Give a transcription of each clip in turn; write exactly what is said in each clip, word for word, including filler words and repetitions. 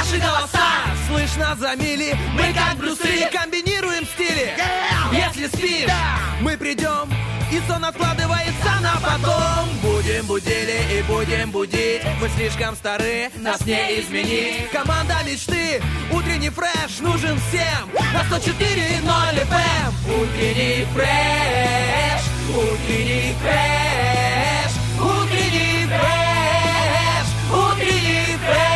Наши голоса слышно за мили. Мы как Брюс Ли комбинируем стили. Если спишь, мы придем, и сон откладывается на потом. Будем будили и будем будить. Мы слишком стары, нас не изменить. Команда мечты, утренний фреш нужен всем. На сто четыре ноль эф эм. Утренний фреш, утренний фреш, утренний фреш, утренний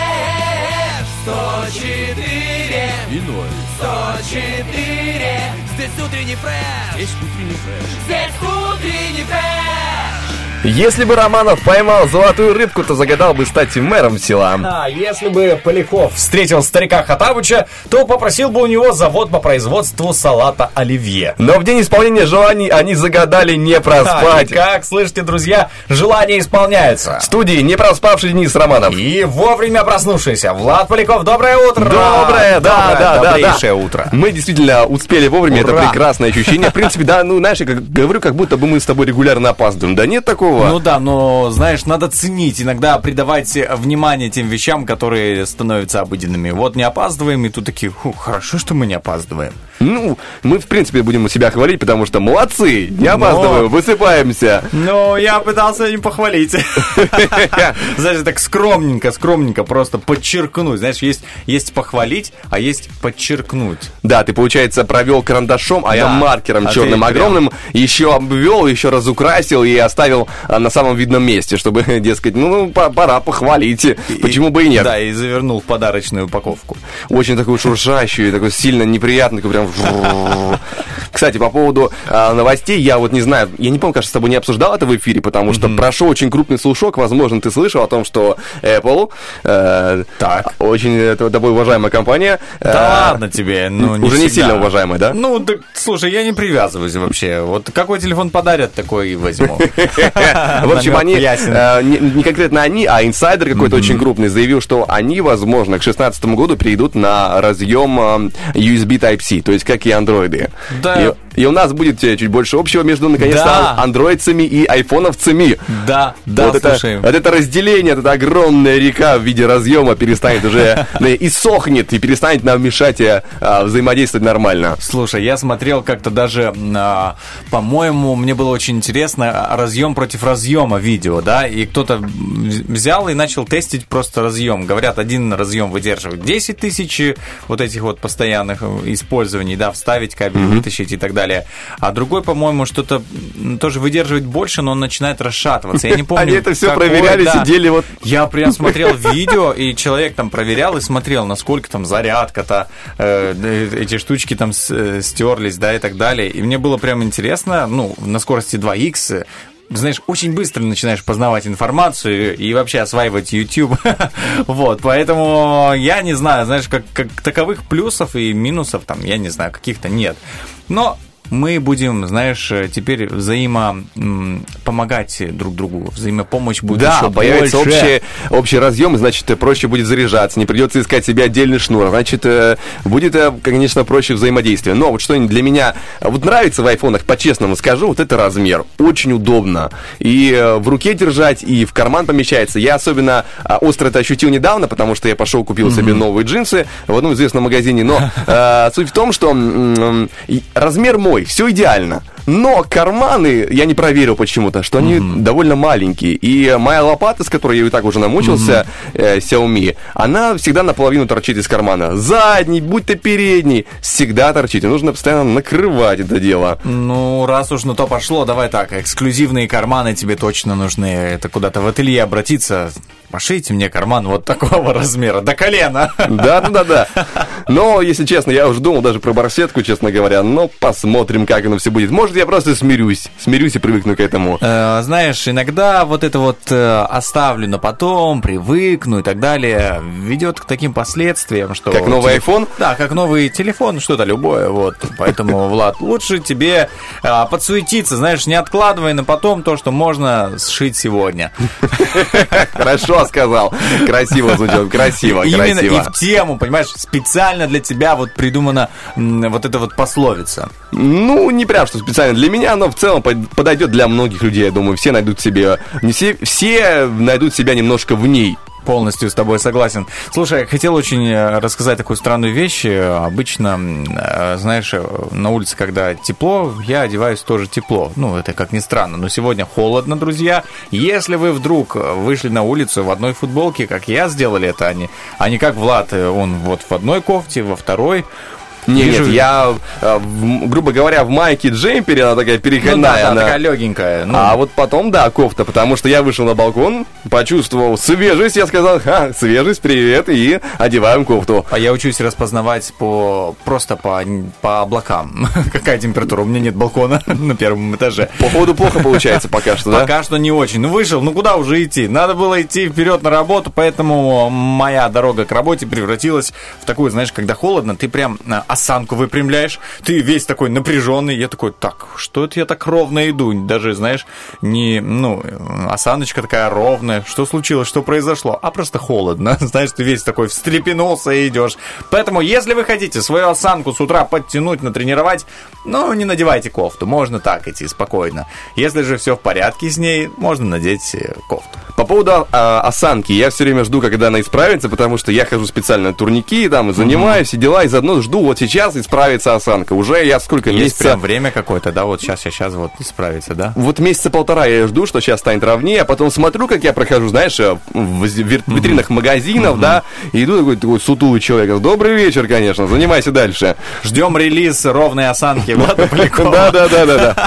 фреш. Сто четыре и ноль. Сто четыре. Здесь утренний фреш. Здесь утренний фреш. Здесь утренний фреш. Если бы Романов поймал золотую рыбку, то загадал бы стать мэром села. А если бы Поляков встретил старика Хаттабыча, то попросил бы у него завод по производству салата оливье. Но в день исполнения желаний они загадали не проспать. А, как слышите, друзья, желание исполняется. В студии не проспавший Денис Романов. И вовремя проснувшийся Влад Поляков. Доброе утро! Доброе, да, да, да, добрейшее да. утро. Мы действительно успели вовремя, Ура. Это прекрасное ощущение. В принципе, да, ну, знаешь, я как говорю, как будто бы мы с тобой регулярно опаздываем. Да нет такого. Ну да, но, знаешь, надо ценить, иногда придавать внимание тем вещам, которые становятся обыденными. Вот не опаздываем, и тут такие, фу, хорошо, что мы не опаздываем. Ну, мы, в принципе, будем себя хвалить, потому что молодцы, не опаздываем, но... высыпаемся. Ну, я пытался не похвалить. Знаешь, так скромненько, скромненько просто подчеркнуть. Знаешь, есть, есть похвалить, а есть подчеркнуть. Да, ты, получается, провел карандашом, а я маркером черным огромным еще обвел, еще разукрасил и оставил на самом видном месте, чтобы, дескать, ну, пора похвалить. Почему бы и нет? Да, и завернул в подарочную упаковку. Очень такую шуршащую, такой сильно неприятный, прям... Кстати, по поводу э, новостей, я вот не знаю, я не помню, кажется, с тобой не обсуждал это в эфире, потому что mm-hmm. прошел очень крупный слушок, возможно, ты слышал о том, что Apple, э, так. очень это, тобой уважаемая компания. Да э, ладно тебе, ну не уже всегда. Не сильно уважаемая, да? Ну, да, слушай, я не привязываюсь вообще. Вот какой телефон подарят, такой и возьму. В общем, они, не конкретно они, а инсайдер какой-то очень крупный заявил, что они, возможно, к шестнадцатому году перейдут на разъем ю эс би Type-C, то есть как и андроиды. Да. И, и у нас будет чуть больше общего между, наконец-то, да. андроидцами и айфоновцами. Да, да, вот слушай. Это, вот это разделение, эта огромная река в виде разъема перестанет уже, и сохнет, и перестанет нам мешать взаимодействовать нормально. Слушай, я смотрел как-то даже, по-моему, мне было очень интересно, разъем против разъема видео, да, и кто-то взял и начал тестить просто разъем. Говорят, один разъем выдерживает десять тысяч вот этих вот постоянных использований, да, вставить кабель, mm-hmm. вытащить и так далее. А другой, по-моему, что-то тоже выдерживает больше, но он начинает расшатываться. Я не помню. Они это все какой, проверяли, да. сидели вот. Я прям смотрел видео, и человек там проверял и смотрел, насколько там зарядка-то, э, эти штучки там стерлись, да, и так далее. И мне было прям интересно, ну, на скорости два икс, знаешь, очень быстро начинаешь познавать информацию и вообще осваивать YouTube. Вот, поэтому я не знаю, знаешь, как, как таковых плюсов и минусов там, я не знаю, каких-то нет. Но мы будем, знаешь, теперь взаимо помогать друг другу, взаимопомощь будет да, еще появится больше. Общий, общий разъем, значит, проще будет заряжаться, не придется искать себе отдельный шнур, значит, будет, конечно, проще взаимодействие. Но вот что для меня вот нравится в айфонах, по-честному скажу, вот это размер. Очень удобно. И в руке держать, и в карман помещается. Я особенно остро это ощутил недавно, потому что я пошел, купил mm-hmm. себе новые джинсы в одном известном магазине. Но э, суть в том, что м- м- размер мой, все идеально. Но карманы, я не проверил почему-то, что они mm-hmm. довольно маленькие. И моя лопата, с которой я и так уже намучился, mm-hmm. э, Xiaomi, она всегда наполовину торчит из кармана. Задний, будь то передний, всегда торчит. И нужно постоянно накрывать это дело. Ну, раз уж на то пошло, давай так, эксклюзивные карманы тебе точно нужны. Это куда-то в ателье обратиться. Пошейте мне карман вот такого размера, до колена. Да-да-да. Но, если честно, я уже думал даже про барсетку, честно говоря. Но посмотрим, как оно все будет. Может, я просто смирюсь. Смирюсь и привыкну к этому. Э, знаешь, иногда вот это вот э, оставлю на потом, привыкну и так далее, ведет к таким последствиям, что... Как новый iPhone? Да, как новый телефон, что-то любое, вот. Поэтому, Влад, лучше тебе э, подсуетиться, знаешь, не откладывай на потом то, что можно сшить сегодня. Хорошо сказал. Красиво звучит, красиво, Именно красиво. И в тему, понимаешь, специально для тебя вот придумана м, вот эта вот пословица. Ну, не прям что специально для меня, но в целом подойдет для многих людей, я думаю. Все найдут себе, не все, все найдут себя немножко в ней. Полностью с тобой согласен. Слушай, я хотел очень рассказать такую странную вещь. Обычно, знаешь, на улице, когда тепло, я одеваюсь тоже тепло. Ну, это как ни странно. Но сегодня холодно, друзья. Если вы вдруг вышли на улицу в одной футболке, как я сделали это, а не, а не как Влад, он вот в одной кофте, во второй... Нет, Вижу... нет, я, в, грубо говоря, в майке джемпере, она такая переходная. Ну, да, да, она... такая легенькая. Ну. А вот потом, да, кофта, потому что я вышел на балкон, почувствовал свежесть, я сказал, ха, свежесть, привет, и одеваем кофту. А я учусь распознавать по просто по, по облакам, какая температура. У меня нет балкона на первом этаже. Походу плохо получается пока что, да? Пока что не очень. Ну, вышел, ну куда уже идти? Надо было идти вперед на работу, поэтому моя дорога к работе превратилась в такую, знаешь, когда холодно, ты прям... осанку выпрямляешь, ты весь такой напряженный, я такой, так, что это я так ровно иду, даже, знаешь, не, ну, осаночка такая ровная, что случилось, что произошло, а просто холодно, знаешь, ты весь такой встрепенулся и идешь, поэтому, если вы хотите свою осанку с утра подтянуть, натренировать, ну, не надевайте кофту, можно так идти спокойно, если же все в порядке с ней, можно надеть кофту. По поводу а, осанки, я все время жду, когда она исправится, потому что я хожу специально на турники, там, занимаюсь, все дела, и заодно жду, вот сейчас исправится осанка. Уже я сколько Есть месяца... прям время какое-то, да, вот сейчас, я сейчас вот исправится, да? Вот месяца полтора я жду, что сейчас станет ровнее, а потом смотрю, как я прохожу, знаешь, в витринах mm-hmm. магазинов, mm-hmm. да, и иду такой, такой сутулый человек. Добрый вечер, конечно, занимайся дальше. Ждем релиз ровной осанки Влада Полякова. Да-да-да-да.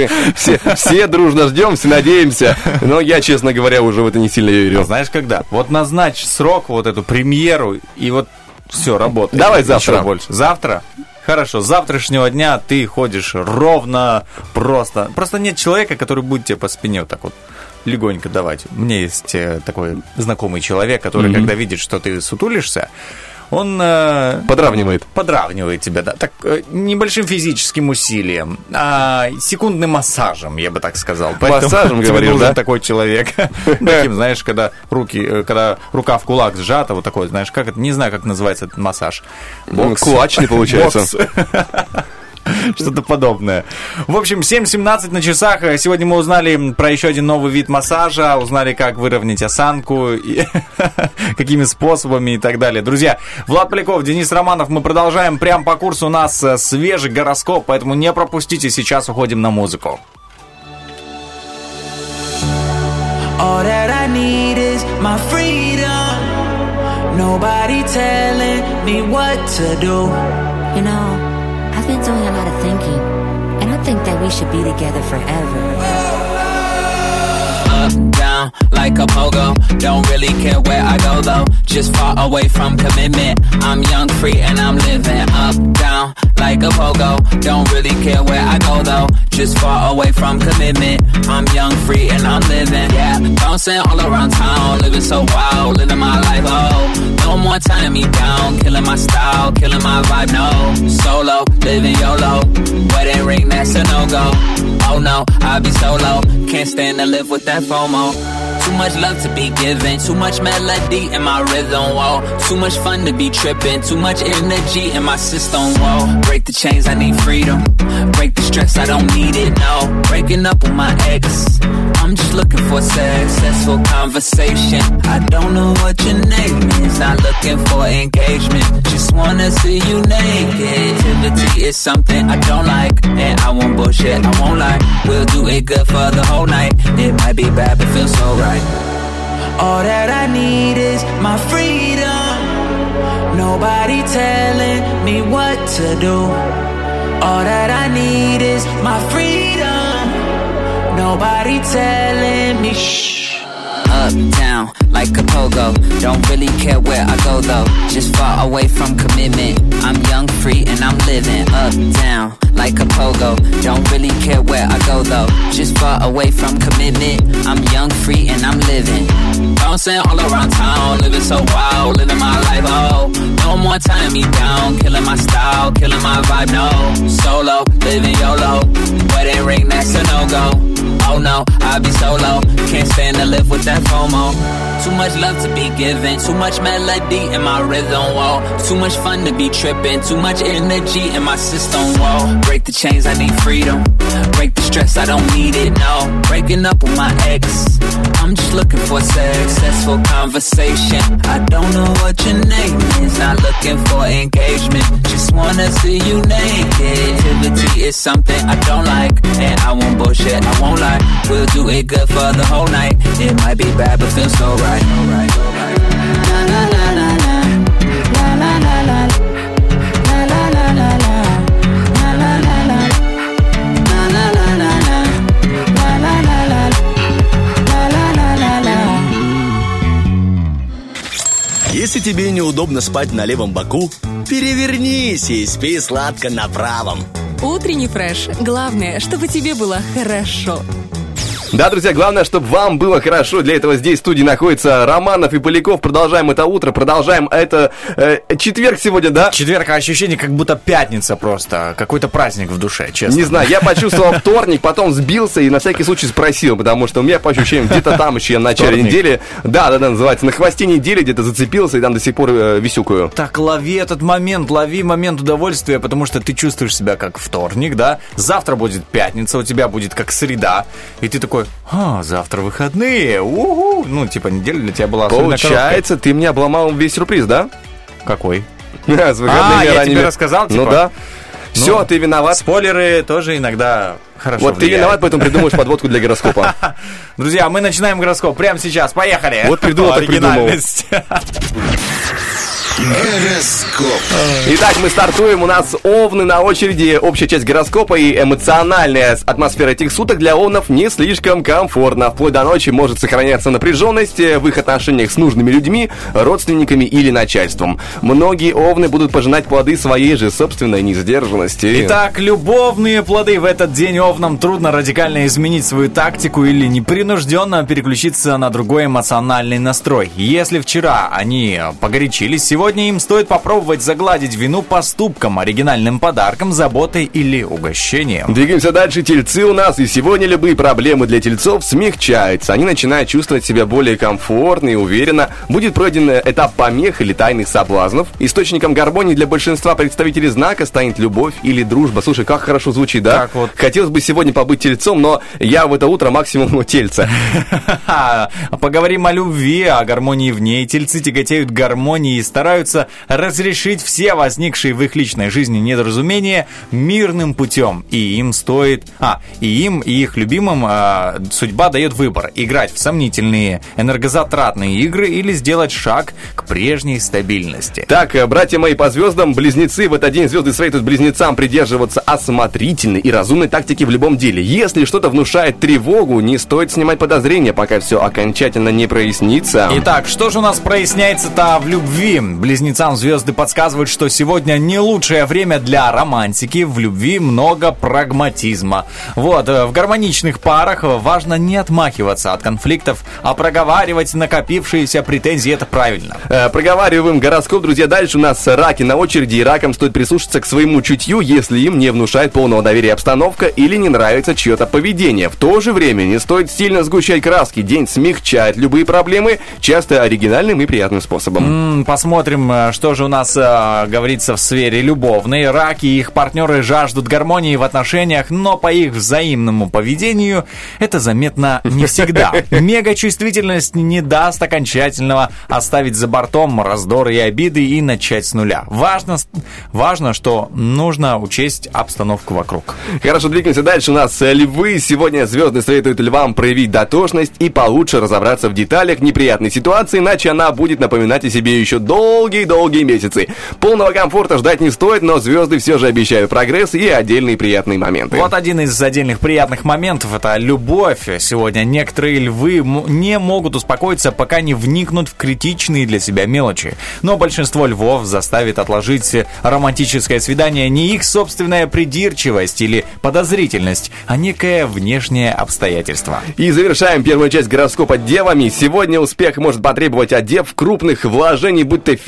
Все дружно ждем, все надеемся, но я, честно говоря, уже в это не сильно верю. Знаешь, когда? Вот назначь срок, вот эту премьеру, и вот все, работает. Давай завтра. Еще больше. Завтра? Хорошо, с завтрашнего дня ты ходишь ровно, просто. Просто нет человека, который будет тебе по спине вот так вот легонько давать. У меня есть такой знакомый человек, который, mm-hmm. когда видит, что ты сутулишься, он э, подравнивает. Подравнивает тебя, да. Так, э, небольшим физическим усилием, а секундным массажем, я бы так сказал. Массажем, говоришь, нужен да? такой человек. Таким, знаешь, когда руки, когда рука в кулак сжата, вот такой, знаешь, как это, не знаю, как называется этот массаж. Бокс. Кулачный получается. Что-то подобное. В общем, семь семнадцать на часах. Сегодня мы узнали про еще один новый вид массажа, узнали, как выровнять осанку, и какими способами и так далее. Друзья, Влад Поляков, Денис Романов, мы продолжаем прямо по курсу. У нас свежий гороскоп, поэтому не пропустите. Сейчас уходим на музыку. All that I need is my freedom. Nobody telling me what to do. You know, I've been doing a lot of thinking, and I think that we should be together forever. Up, down, like a pogo. Don't really care where I go though. Just far away from commitment. I'm young, free, and I'm living. Up, down, like a pogo. Don't really care where I go though. Just far away from commitment. I'm young, free, and I'm living. Yeah, bouncing all around town, living so wild, living my life. Oh, no more tying me down, killing my style, killing my vibe. No, solo, living YOLO. Wedding ring, that's a no go. Oh no, I'll be solo. Can't stand to live with that FOMO. Too much love to be given, too much melody in my rhythm, whoa. Too much fun to be tripping, too much energy in my system, whoa. Break the chains, I need freedom. Break the stress, I don't need it, no. Breaking up with my ex, I'm just looking for successful conversation. I don't know what your name is, not looking for engagement. Just wanna see you naked. Activity is something I don't like, and I won't bullshit, I won't lie. We'll do it good for the whole night. It might be bad, but feels so right. All that I need is my freedom. Nobody telling me what to do. All that I need is my freedom. Nobody telling me shh. Up, down, like a pogo. Don't really care where I go though. Just far away from commitment. I'm young, free, and I'm living. Up, down, like a pogo. Don't really care where I go though. Just far away from commitment. I'm young, free, and I'm living. Bouncing all around town, living so wild, living my life. Oh, no more tying me down, killing my style, killing my vibe. No, solo, living YOLO. Wedding ring, that's a no go. Oh no, I'll be solo. Can't stand to live with that FOMO. Too much love to be given, too much melody in my rhythm, whoa. Too much fun to be tripping, too much energy in my system, whoa. Break the chains, I need freedom. Break the stress, I don't need it, no. Breaking up with my ex, I'm I'm just looking for successful conversation. I don't know what your name is, not looking for engagement. Just wanna see you naked. Activity is something I don't like, and I won't bullshit, I won't lie. We'll do it good for the whole night. It might be bad, but feels so right. Alright, alright. La la la la la, la la la la, la la la la la, la la la la, la la la la la, la la la la, la la la la. Если тебе неудобно спать на левом боку, перевернись и спи сладко на правом. Утренний фреш. Главное, чтобы тебе было хорошо. Да, друзья, главное, чтобы вам было хорошо. Для этого здесь в студии находится Романов и Поляков. Продолжаем это утро, продолжаем это... Э, четверг сегодня, да? Четверг, а ощущение, как будто пятница просто. Какой-то праздник в душе, честно. Не знаю, я почувствовал вторник, потом сбился и на всякий случай спросил, потому что у меня по ощущениям где-то там еще в начале вторник. недели... Да, да, да, называется. На хвосте недели где-то зацепился и там до сих пор э, висюкаю. Так лови этот момент, лови момент удовольствия, потому что ты чувствуешь себя как вторник, да? Завтра будет пятница, у тебя будет как среда, и ты такой... А, завтра выходные, у-ху. Ну, типа, неделя для тебя была особенно короткая. Получается, ты мне обломал весь сюрприз, да? Какой? С выходными а, я ранними. тебе рассказал, типа? Ну да. Ну, все, ты виноват. Спойлеры тоже иногда хорошо Вот влияют. ты виноват, поэтому придумаешь подводку для гороскопа. Друзья, мы начинаем гороскоп прямо сейчас, поехали. Вот придумал, так придумал. Гороскоп. Итак, мы стартуем. У нас овны на очереди. Общая часть гороскопа и эмоциональная атмосфера этих суток для овнов не слишком комфортна. Вплоть до ночи может сохраняться напряженность в их отношениях с нужными людьми, родственниками или начальством. Многие овны будут пожинать плоды своей же собственной несдержанности. Итак, любовные плоды. В этот день овнам трудно радикально изменить свою тактику или непринужденно переключиться на другой эмоциональный настрой. Если вчера они погорячились, сегодня им стоит попробовать загладить вину поступком, оригинальным подарком, заботой или угощением. Двигаемся дальше. Тельцы у нас. И сегодня любые проблемы для тельцов смягчаются. Они начинают чувствовать себя более комфортно и уверенно. Будет пройден этап помех или тайных соблазнов. Источником гармонии для большинства представителей знака станет любовь или дружба. Слушай, как хорошо звучит, да? Так вот. Хотелось бы сегодня побыть тельцом, но я в это утро максимум тельца. Поговорим о любви, о гармонии в ней. Тельцы тяготеют к гармонии и стараются разрешить все возникшие в их личной жизни недоразумения мирным путем. И им стоит... А, и им, и их любимым а, судьба дает выбор. Играть в сомнительные, энергозатратные игры или сделать шаг к прежней стабильности. Так, братья мои по звездам, близнецы, в этот день звезды советуют близнецам придерживаться осмотрительной и разумной тактики в любом деле. Если что-то внушает тревогу, не стоит снимать подозрения, пока все окончательно не прояснится. Итак, что же у нас проясняется-то в любви? Близнецам звезды подсказывают, что сегодня не лучшее время для романтики. В любви много прагматизма. Вот, в гармоничных парах важно не отмахиваться от конфликтов, а проговаривать накопившиеся претензии. Это правильно. Э, проговариваем гороскоп, друзья. Дальше у нас раки на очереди, и ракам стоит прислушаться к своему чутью, если им не внушает полного доверия обстановка или не нравится чье-то поведение. В то же время не стоит сильно сгущать краски. День смягчает любые проблемы, часто оригинальным и приятным способом. М-м, посмотрим, что же у нас э, говорится в сфере любовной. Раки и их партнеры жаждут гармонии в отношениях, но по их взаимному поведению это заметно не всегда. Мегачувствительность не даст окончательного оставить за бортом раздоры и обиды и начать с нуля. Важно, важно, что нужно учесть обстановку вокруг. Хорошо, двигаемся дальше. У нас львы. Сегодня звезды советуют львам проявить дотошность и получше разобраться в деталях неприятной ситуации, иначе она будет напоминать о себе еще долгие-долгие месяцы. Полного комфорта ждать не стоит, но звезды все же обещают прогресс и отдельные приятные моменты. Вот один из отдельных приятных моментов — это любовь. Сегодня некоторые львы не могут успокоиться, пока не вникнут в критичные для себя мелочи. Но большинство львов заставит отложить романтическое свидание не их собственная придирчивость или подозрительность, а некое внешнее обстоятельство. И завершаем первую часть гороскопа девами. Сегодня успех может потребовать от дев крупных вложений, будь то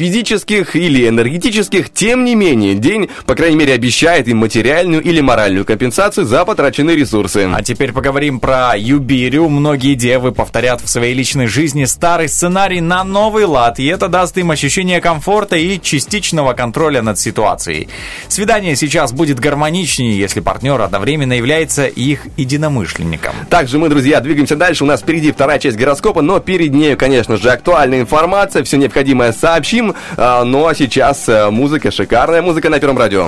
физических или энергетических, тем не менее, день, по крайней мере, обещает им материальную или моральную компенсацию за потраченные ресурсы. А теперь поговорим про Юбирю. Многие девы повторят в своей личной жизни старый сценарий на новый лад, и это даст им ощущение комфорта и частичного контроля над ситуацией. Свидание сейчас будет гармоничнее, если партнер одновременно является их единомышленником. Также мы, друзья, двигаемся дальше. У нас впереди вторая часть гороскопа, но перед нею, конечно же, актуальная информация. Все необходимое сообщим. Ну а сейчас музыка, шикарная музыка на Первом радио.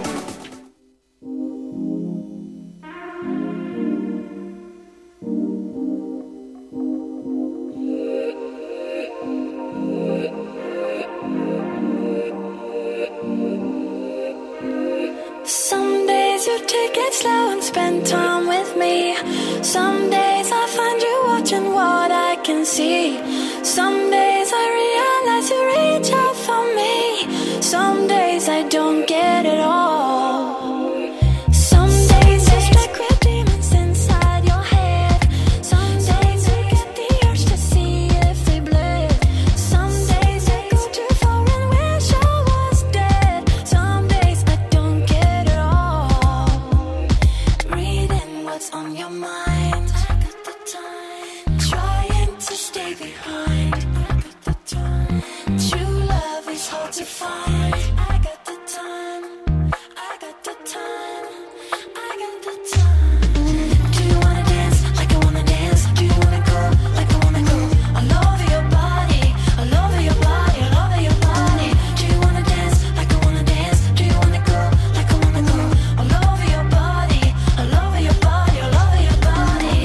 Some days you take it slow and spend time with me. Some days I find you watching what I can see. Some days I realize you reach out for me. Some days I don't get it all. Some days you strike with demons inside your head. Some days you get the urge to see if they bled. Some days you go too far and wish I was dead. Some days I don't get it all. Reading what's on your mind. I got the time. Trying to stay behind. I got the time. True love is hard to find. I got the time. I got the time. I got the time. Do you wanna dance like I wanna dance? Do you wanna go like I wanna go? All over your body, all over your body, all over your body. Do you wanna dance like I wanna dance? Do you wanna go like I wanna go? All over your body, all over your body, all over your body.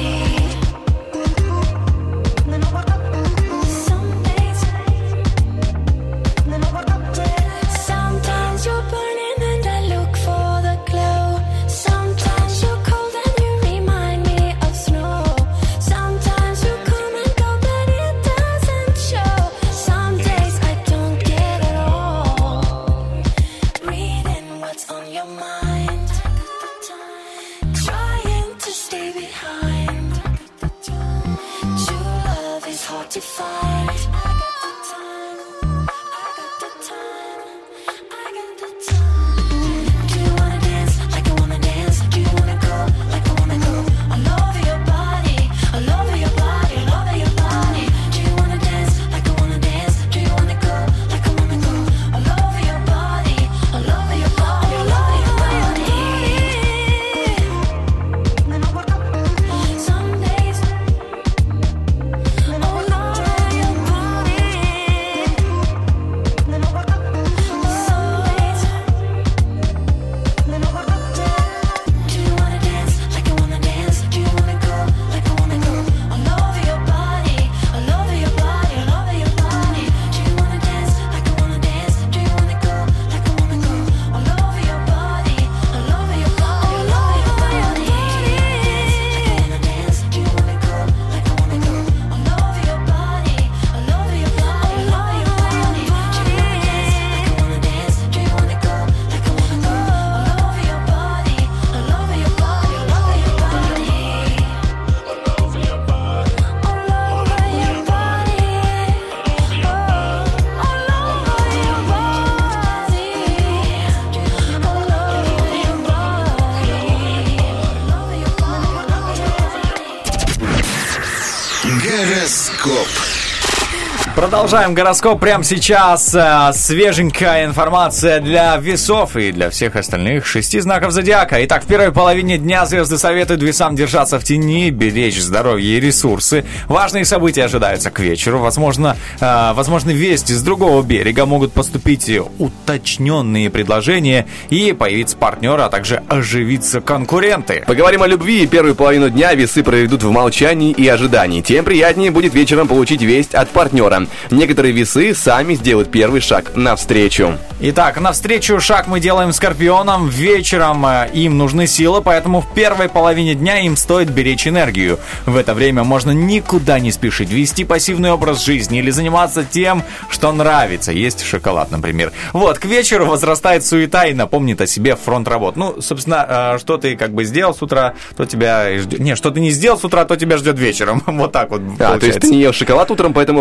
Some days, sometimes you're burning and I look for the glow. Sometimes you're cold and you remind me of snow. Sometimes you come and go but it doesn't show. Some days I don't get it all. Reading what's on your mind. I got the time. Trying to stay behind. I got the time. True love is hard to find. I got the time. I got the time. I got the time. Do you wanna dance like I wanna dance? Do you wanna go like I wanna go? All over your body, all over your body, all over your body. Do you wanna dance like I wanna dance? Do you wanna go like I wanna go? All over your body, all over your body, all over your body. Some days, all over your body. Some days. Do you wanna dance like I wanna dance? Do you wanna go like I wanna go? All over your body, all over your body, all over your body. Do you wanna dance like I wanna dance? Do you wanna go like I wanna go? All over your body, all over your body, all over your body. Like I wanna dance, do you wanna go like I wanna go? All over your body, all over your body, all over your body. Do you wanna dance like I wanna dance? Do you wanna go like I wanna go? All over your body, all over your body, all over your body. All over your body. All over your body. All over your body. All over your body. Гороскоп. Продолжаем гороскоп прямо сейчас. Э, Свеженькая информация для весов и для всех остальных шести знаков зодиака. Итак, в первой половине дня звезды советуют весам держаться в тени, беречь здоровье и ресурсы. Важные события ожидаются к вечеру. Возможно, э, возможно, вести с другого берега, могут поступить уточненные предложения и появиться партнеры, а также оживиться конкуренты. Поговорим о любви. Первую половину дня весы проведут в молчании и ожидании. Тем приятнее будет вечером получить весть от партнера. Некоторые весы сами сделают первый шаг навстречу. Итак, навстречу шаг мы делаем скорпионам. Вечером э, им нужны силы, поэтому в первой половине дня им стоит беречь энергию. В это время можно никуда не спешить, вести пассивный образ жизни или заниматься тем, что нравится. Есть шоколад, например. Вот, к вечеру возрастает суета и напомнит о себе фронт работ. Ну, собственно, э, что ты как бы сделал с утра, то тебя ждет... Не, что ты не сделал с утра, то тебя ждет вечером. Вот так вот а, получается. То есть ты не ел шоколад утром, поэтому ждешь его на вечер.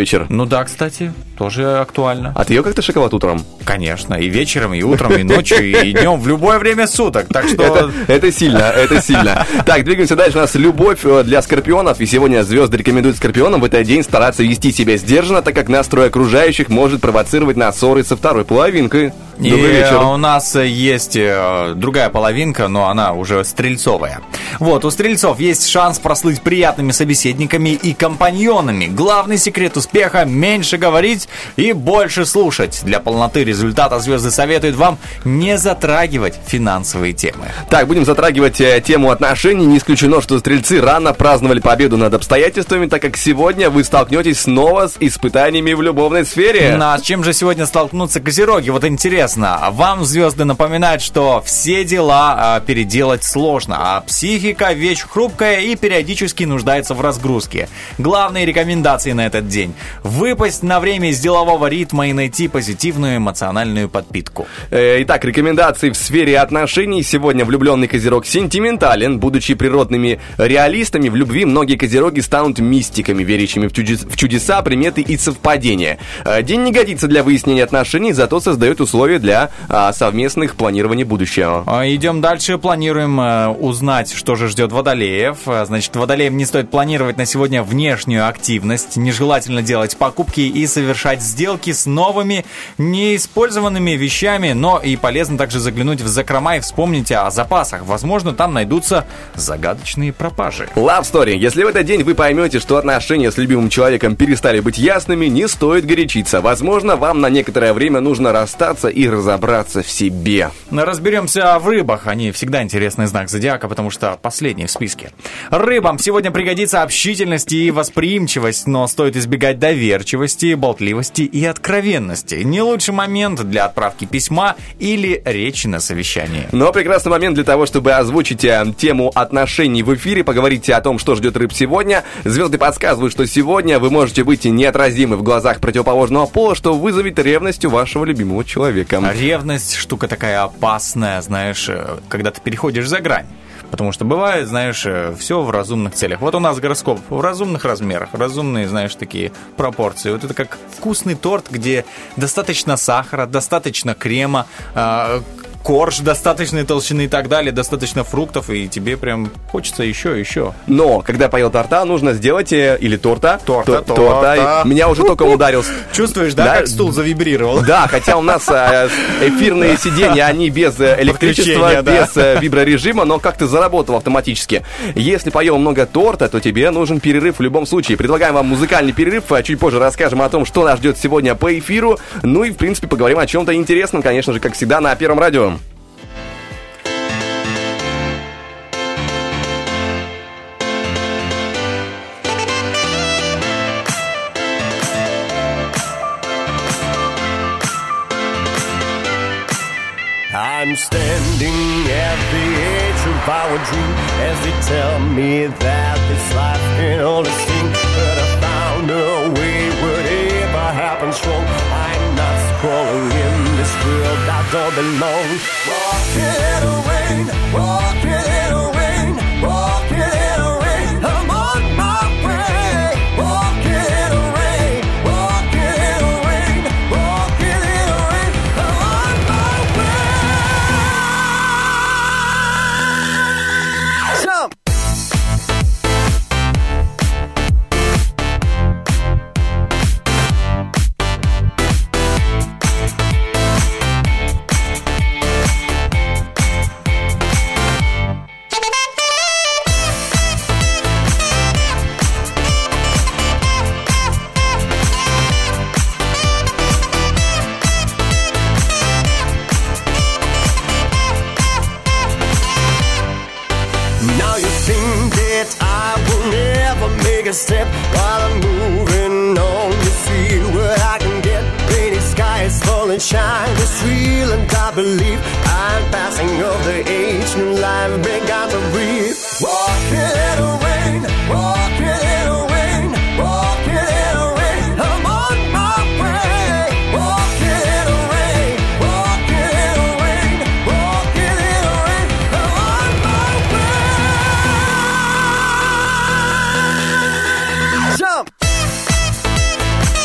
вечер. Ну да, кстати, тоже актуально. А ты ел как-то шоколад утром? Конечно, и вечером, и утром, и ночью, и днем, в любое время суток. Так что... Это, это сильно, это сильно. Так, двигаемся дальше. У нас любовь для скорпионов. И сегодня звезды рекомендуют скорпионам в этот день стараться вести себя сдержанно, так как настрой окружающих может провоцировать на ссоры со второй половинкой. Добрый и вечер. У нас есть другая половинка, но она уже стрельцовая. Вот, у стрельцов есть шанс прослыть приятными собеседниками и компаньонами. Главный секрет успеха – меньше говорить и больше слушать. Для полноты результата звезды советуют вам не затрагивать финансовые темы. Так, будем затрагивать э, тему отношений. Не исключено, что стрельцы рано праздновали победу над обстоятельствами, так как сегодня вы столкнетесь снова с испытаниями в любовной сфере. Ну, а с чем же сегодня столкнутся козероги? Вот интересно. Вам звезды напоминают, что все дела а, переделать сложно, а психика – вещь хрупкая и периодически нуждается в разгрузке. Главные рекомендации на этот день – выпасть на время из делового ритма и найти позитивную эмоциональную подпитку. Итак, рекомендации в сфере отношений. Сегодня влюбленный козерог сентиментален. Будучи природными реалистами, в любви многие козероги станут мистиками, верящими в, чудес- в чудеса, приметы и совпадения. День не годится для выяснения отношений, зато создает условия для а, совместных планирований будущего. Идем дальше. Планируем а, узнать, что же ждет водолеев. Значит, водолеям не стоит планировать на сегодня внешнюю активность. Нежелательно делать покупки и совершать сделки с новыми, неиспользованными вещами, но и полезно также заглянуть в закрома и вспомнить о запасах. Возможно, там найдутся загадочные пропажи. Love Story. Если в этот день вы поймете, что отношения с любимым человеком перестали быть ясными, не стоит горячиться. Возможно, вам на некоторое время нужно расстаться и разобраться в себе. Разберемся в рыбах. Они всегда интересный знак зодиака, потому что последний в списке. Рыбам сегодня пригодится общительность и восприимчивость, но стоит избегать доверчивости, болтливости и откровенности. Не лучший момент для отправки письма или речи на совещании. Но прекрасный момент для того, чтобы озвучить тему отношений в эфире, поговорите о том, что ждет рыб сегодня. Звезды подсказывают, что сегодня вы можете быть неотразимы в глазах противоположного пола, что вызовет ревность у вашего любимого человека. Ревность штука такая опасная, знаешь, когда ты переходишь за грань. Потому что бывает, знаешь, все в разумных целях. Вот у нас гороскоп в разумных размерах, разумные, знаешь, такие пропорции. Вот это как вкусный торт, где достаточно сахара, достаточно крема, корж достаточной толщины и так далее, достаточно фруктов, и тебе прям хочется еще, еще. Но, когда поел торта, нужно сделать, или торта, торта, торта, торта. Меня уже током ударил. Чувствуешь, да, да, как стул завибрировал? Да, хотя у нас эфирные сиденья, они без электричества, да. без виброрежима, но как-то заработал автоматически. Если поел много торта, то тебе нужен перерыв в любом случае. Предлагаем вам музыкальный перерыв, чуть позже расскажем о том, что нас ждет сегодня по эфиру, ну и, в принципе, поговорим о чем-то интересном, конечно же, как всегда, на Первом радио. I'm standing at the edge of our dream as they tell me that this life can only sing. But I found a way, whatever happens wrong. I'm not crawling in this world, I don't belong. Walking in the rain, walking in the rain, walking in the rain. I'm on my way. Walking in the rain, walking in the rain, walking in the rain. I'm on my way. Jump. Now you think that I will never make a step while I'm moving on. You see what I can get. Rainy skies falling, shine. It's real and I believe I'm passing of the age. New life began to breathe. Walking in the rain, walking in the rain, walking in the rain. I'm on my way. Walking in the rain, walking in the rain, walking in the rain. I'm on my way. Jump.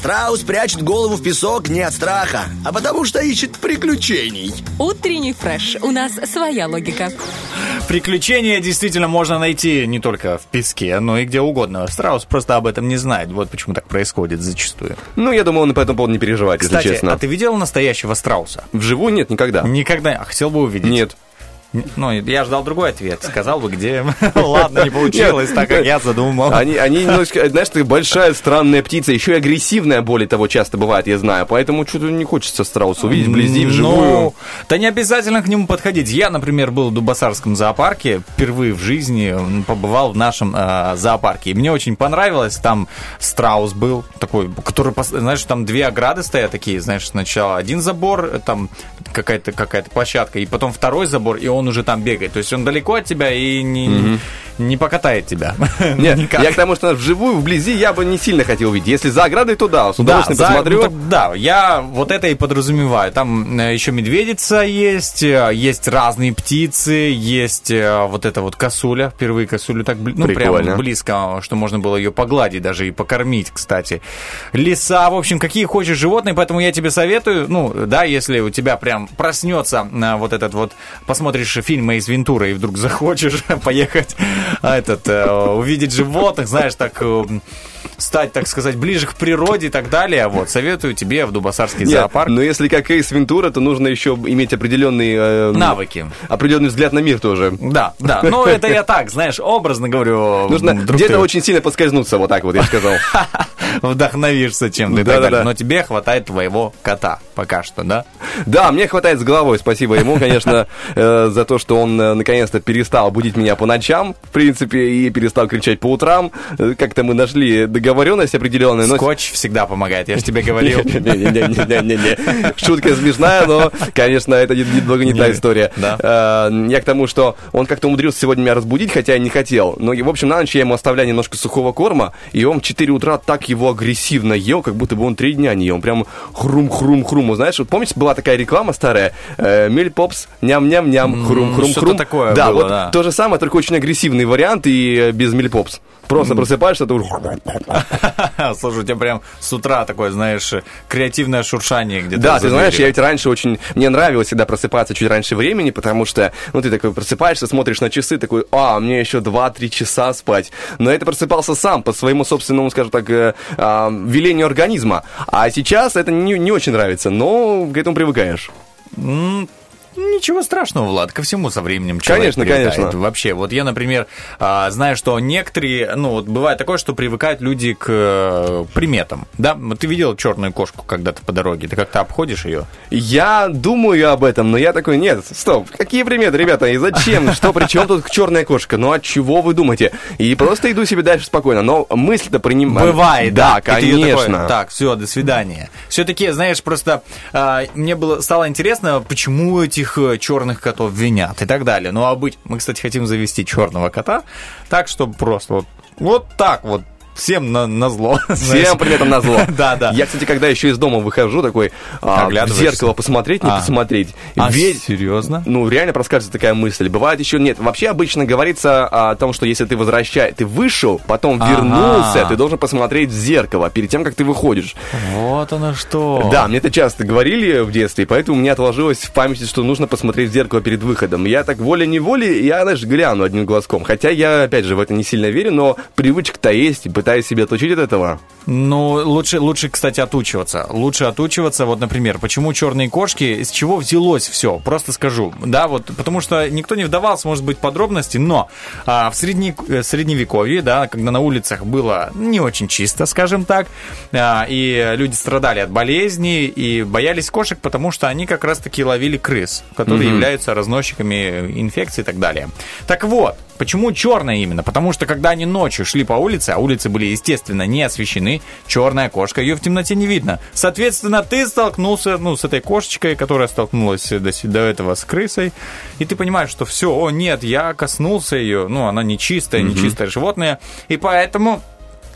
Страус прячет голову в песок не от страха, а потому что ищет приключений. Утренний фреш. У нас своя логика. Приключения действительно можно найти не только в песке, но и где угодно. Страус просто об этом не знает. Вот почему так происходит зачастую. Ну, я думаю, он по этому поводу не переживает, Кстати, если честно. а ты видел настоящего страуса? Вживую нет, никогда. Никогда. А хотел бы увидеть? Нет. Ну, я ждал другой ответ. Сказал бы, где. Ладно, не получилось, так как я задумал. Они, они немножко, знаешь, ты большая странная птица, еще и агрессивная, более того, часто бывает, я знаю. Поэтому что-то не хочется страуса увидеть вблизи, вживую. Ну, да не обязательно к нему подходить. Я, например, был в Дубасарском зоопарке, впервые в жизни побывал в нашем э, зоопарке. И мне очень понравилось, там страус был такой, который, знаешь, там две ограды стоят такие, знаешь, сначала один забор, там какая-то какая-то площадка, и потом второй забор, и он уже там бегает. То есть он далеко от тебя и не, mm-hmm. не покатает тебя. Нет, я к тому, что вживую, вблизи я бы не сильно хотел увидеть. Если за оградой, то да, с удовольствием да, посмотрю. За, ну, так, да, я вот это и подразумеваю. Там еще медведица есть, есть разные птицы, есть вот эта вот косуля. Впервые косулю так ну, прям близко, что можно было ее погладить даже и покормить, кстати. Лиса, в общем, какие хочешь животные, поэтому я тебе советую, ну, да, если у тебя прям проснется вот этот вот, посмотришь фильм «Эйс Вентура» и вдруг захочешь поехать этот, увидеть животных, знаешь, так стать, так сказать, ближе к природе и так далее, вот, советую тебе в Дубасарский Нет, зоопарк. Но если как Эйс Вентура, то нужно еще иметь определенные... Э, навыки. Определенный взгляд на мир тоже. Да, да, но это я так, знаешь, образно говорю. Нужно где-то очень сильно поскользнуться, вот так вот я сказал. Вдохновишься чем-то и так далее. Но тебе хватает твоего кота пока что, да? Да, мне хватает с головой, спасибо ему, конечно, за то, что он наконец-то перестал будить меня по ночам, в принципе, и перестал кричать по утрам. Как-то мы нашли договоренность определенную. Но... Скотч всегда помогает, я же тебе говорил. Не-не-не, шутка смешная, но, конечно, это немного не та история. Я к тому, что он как-то умудрился сегодня меня разбудить, хотя я не хотел. Но, в общем, на ночь я ему оставляю немножко сухого корма, и он в четыре утра так его агрессивно ел, как будто бы он три дня не ел. Он прям хрум-хрум-хрум. Знаешь, вот помните, была такая реклама старая? Мильпопс, ням-ням-ням, хрум-хрум-хрум. Что-то такое да, было, вот да. То же самое, только очень агрессивный вариант и без мильпопс. Просто просыпаешься, ты... Слушай, у тебя прям с утра такое, знаешь, креативное шуршание где-то. Да, ты знаешь, я ведь раньше очень... Мне нравилось всегда просыпаться чуть раньше времени, потому что, ну, ты такой просыпаешься, смотришь на часы, такой, а, мне еще два-три часа спать. Но это просыпался сам, по своему собственному, скажем так, э, э, велению организма. А сейчас это не, не очень нравится, но к этому привыкаешь. Ничего страшного, Влад, ко всему со временем человек Конечно, привыкает. конечно. Вообще, вот я, например, знаю, что некоторые, ну, вот бывает такое, что привыкают люди к приметам, да? Ты видел черную кошку когда-то по дороге? Ты как-то обходишь ее? Я думаю об этом, но я такой, нет, стоп, какие приметы, ребята, и зачем? Что, при чем тут черная кошка? Ну, от чего вы думаете? И просто иду себе дальше спокойно, но мысль-то принимаю. Бывает, да, да, конечно. Такой, так, все, до свидания. Все-таки, знаешь, просто а, мне было стало интересно, почему этих черных котов винят и так далее. Ну, а быть, мы, кстати, хотим завести черного кота, так, чтобы просто вот, вот так вот. Всем на, на зло. Всем при этом на зло. Да, да. Я, кстати, когда еще из дома выхожу, такой а, в зеркало посмотреть, не а. посмотреть. А, Ведь, серьезно? Ну, реально проскальзывает такая мысль. Бывает еще нет. Вообще обычно говорится о том, что если ты возвращаешься, ты вышел, потом ага. вернулся, ты должен посмотреть в зеркало перед тем, как ты выходишь. Вот оно что. Да, мне это часто говорили в детстве, поэтому у меня отложилось в памяти, что нужно посмотреть в зеркало перед выходом. Я так волей-неволей, я, знаешь, гляну одним глазком. Хотя я, опять же, в это не сильно верю, но привычка-то есть, пытаюсь себя отучить от этого. Ну, лучше, лучше, кстати, отучиваться. Лучше отучиваться, вот, например, почему черные кошки, с чего взялось все? Просто скажу, да, вот, потому что никто не вдавался, может быть, в подробности, но а, в средне, средневековье, да, когда на улицах было не очень чисто, скажем так, а, и люди страдали от болезней и боялись кошек, потому что они как раз-таки ловили крыс, которые mm-hmm. являются разносчиками инфекций и так далее. Так вот, почему черная именно? Потому что когда они ночью шли по улице, а улицы были, естественно, не освещены, черная кошка, ее в темноте не видно. Соответственно, ты столкнулся, ну, с этой кошечкой, которая столкнулась до, до этого с крысой, и ты понимаешь, что все, о, нет, я коснулся ее, ну, она нечистая, mm-hmm. нечистое животное, и поэтому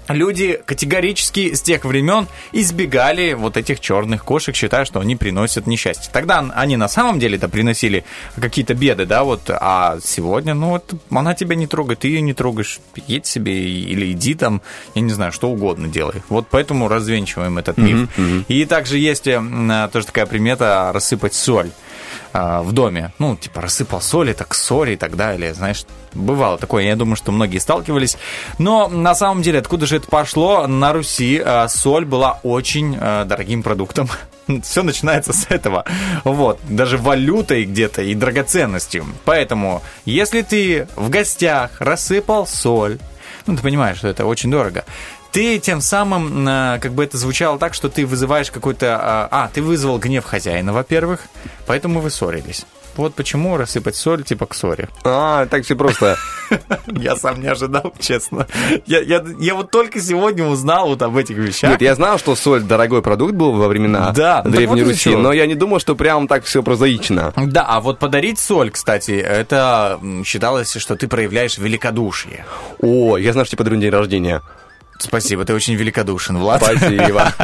люди категорически с тех времен избегали вот этих черных кошек, считая, что они приносят несчастье. Тогда они на самом деле-то приносили какие-то беды, да, вот, а сегодня, ну, вот, она тебя не трогает, ты ее не трогаешь, едь себе или иди там, я не знаю, что угодно делай. Вот поэтому развенчиваем этот миф. Mm-hmm, mm-hmm. И также есть тоже такая примета рассыпать соль в доме. Ну, типа, рассыпал соль, это к ссоре и так далее. Знаешь, бывало такое. Я думаю, что многие сталкивались. Но на самом деле, откуда же это пошло? На Руси соль была очень дорогим продуктом. Все начинается с этого. Вот. Даже валютой где-то и драгоценностью. Поэтому, если ты в гостях рассыпал соль, ну, ты понимаешь, что это очень дорого, ты тем самым, как бы это звучало так, что ты вызываешь какой-то... А, ты вызвал гнев хозяина, во-первых, поэтому вы ссорились. Вот почему рассыпать соль типа к ссоре. А, так все просто. Я сам не ожидал, честно. Я, я, я вот только сегодня узнал вот об этих вещах. Нет, я знал, что соль дорогой продукт был во времена да, Древней вот Руси, но я не думал, что прям так все прозаично. Да, а вот подарить соль, кстати, это считалось, что ты проявляешь великодушие. О, я знаю, что тебе подарю на день рождения. Спасибо, ты очень великодушен, Влад. Спасибо.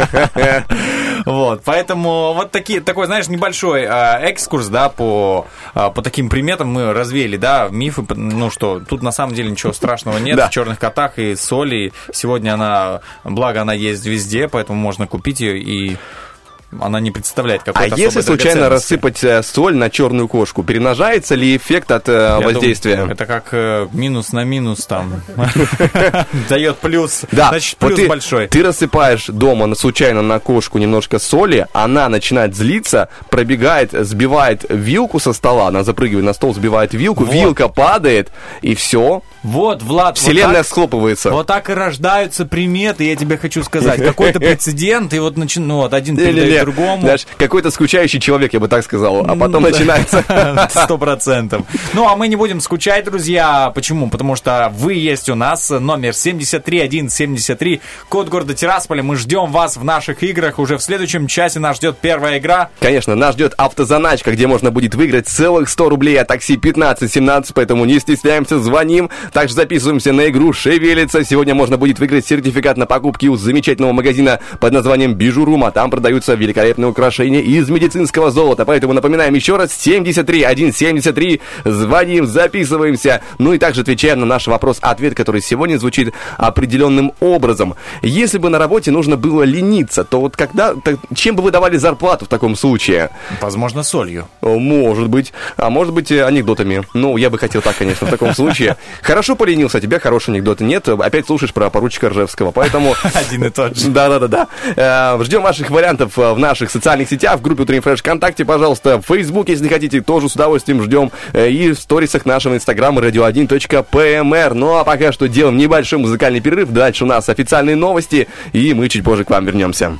Вот, поэтому вот такие, такой, знаешь, небольшой э, экскурс, да, по, э, по таким приметам мы развеяли, да, мифы, ну что, тут на самом деле ничего страшного нет, да. В черных котах и соли, сегодня она, благо она есть везде, поэтому можно купить ее и... Она не представляет какой-то. А если случайно рассыпать соль на черную кошку, перемножается ли эффект от Я воздействия? Думаю, это как э, минус на минус там дает плюс. Да, значит, плюс вот ты, большой. Ты рассыпаешь дома случайно на кошку немножко соли, она начинает злиться, пробегает, сбивает вилку со стола, она запрыгивает на стол, сбивает вилку, вот. Вилка падает, и все. Вот, Влад, вселенная вот так, схлопывается. Вот так и рождаются приметы, я тебе хочу сказать. Какой-то прецедент, и вот начи... ну, вот один передает другому. Знаешь, какой-то скучающий человек, я бы так сказал, а потом начинается. Сто процентов. Ну, а мы не будем скучать, друзья. Почему? Потому что вы есть у нас, номер семь три один семь три, код города Тирасполя. Мы ждем вас в наших играх. Уже в следующем часе нас ждет первая игра. Конечно, нас ждет автозаначка, где можно будет выиграть целых сто рублей, а такси пятнадцать семнадцать, поэтому не стесняемся, звоним. Также записываемся на игру «Шевелится». Сегодня можно будет выиграть сертификат на покупки у замечательного магазина под названием «Бижурум», а там продаются великолепные украшения из медицинского золота. Поэтому напоминаем еще раз, семь три один семь три, звоним, записываемся. Ну и также отвечаем на наш вопрос-ответ, который сегодня звучит определенным образом. Если бы на работе нужно было лениться, то вот когда, так, чем бы вы давали зарплату в таком случае? Возможно, солью. Может быть. А может быть, анекдотами. Ну, я бы хотел так, конечно, в таком случае. Хорошо поленился, а тебя хороший анекдот нет. Опять слушаешь про поручика Ржевского, поэтому... Один и тот же. Да-да-да. Ждем ваших вариантов в наших социальных сетях, в группе Утренний Фреш ВКонтакте, пожалуйста, в Facebook, если хотите, тоже с удовольствием ждем. И в сторисах нашего инстаграма радио один точка пи эм эр. Ну, а пока что делаем небольшой музыкальный перерыв. Дальше у нас официальные новости, и мы чуть позже к вам вернемся.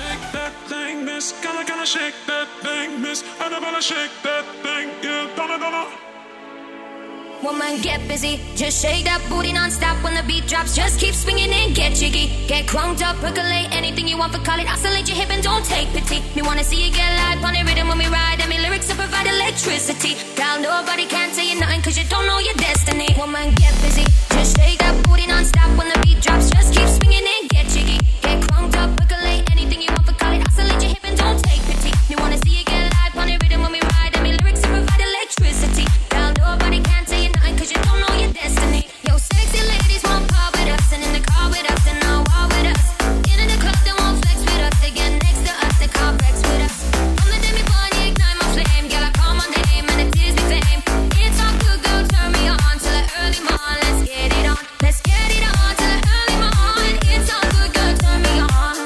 Woman, get busy, just shake that booty non-stop when the beat drops. Just keep swinging and get jiggy. Get crunked up, percolate anything you want for call it. Oscillate your hip and don't take pity. Me wanna see you get live on the rhythm when we ride. And me lyrics to provide electricity. Down, nobody can tell you nothing cause you don't know your destiny. Woman, get busy, just shake that booty non-stop when the beat drops. Just keep swinging and get jiggy. Get crunked up, percolate anything you want for call it. Oscillate your hip and don't take pity. Me wanna see you get live on the rhythm when we ride. And me lyrics to provide electricity. Down, nobody can tell you nothing cause you don't know your destiny. Yo, sexy ladies want part with us, and in the car with us, and now war with us. In the club, they won't flex with us. They get next to us, they can't vex with us. From the day me born, you ignite my flame. Girl, I call my name, and it tears me fame. It's all good, girl, turn me on till the early morn. Let's get it on, let's get it on till the early morn. It's all good, girl, turn me on.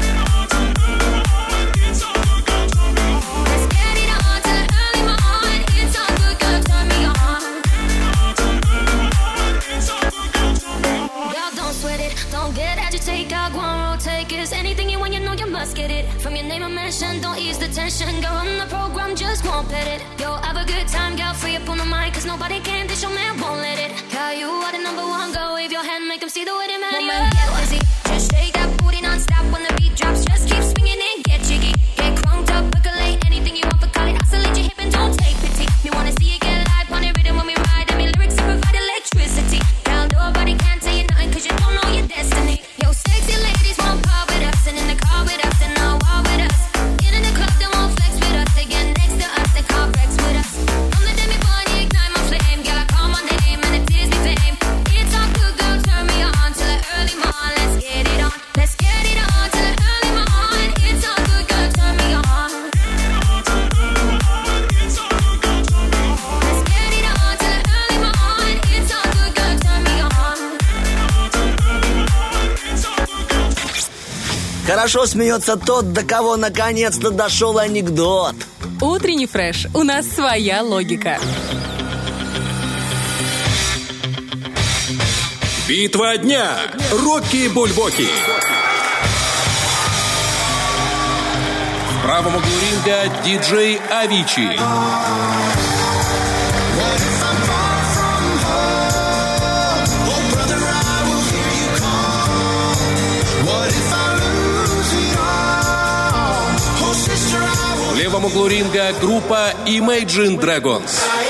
Let's get it on till the early morn. It's all good, girl, turn me on. Girl, don't sweat it, don't get agitated. Girl, go on, rotate. Cause anything you want, you know you must get it. From your name and mention, don't ease the tension. Girl, on the program, just won't pet it. Yo, have a good time, girl, free up on the mic. Cause nobody can, this your man won't let it. Girl, you are the number one, girl, wave your hand, make them see the way they man. Woman, get busy, just shake that booty non-stop when the beat drops. Just keep swinging and get jiggy. Get crunked up, percolate anything you want for call it. Oscillate your hip and don't take pity. Me wanna see you get live on the rhythm when we ride. And me lyrics to provide electricity. Girl, nobody can tell you nothing cause you don't know your destiny. Yo, Хорошо смеется тот, до кого наконец-то дошел анекдот. Утренний фреш. У нас своя логика. Битва дня. Рокки Бульбоки. В правом углу ринга диджей Avicii. В левом углу ринга группа Imagine Dragons.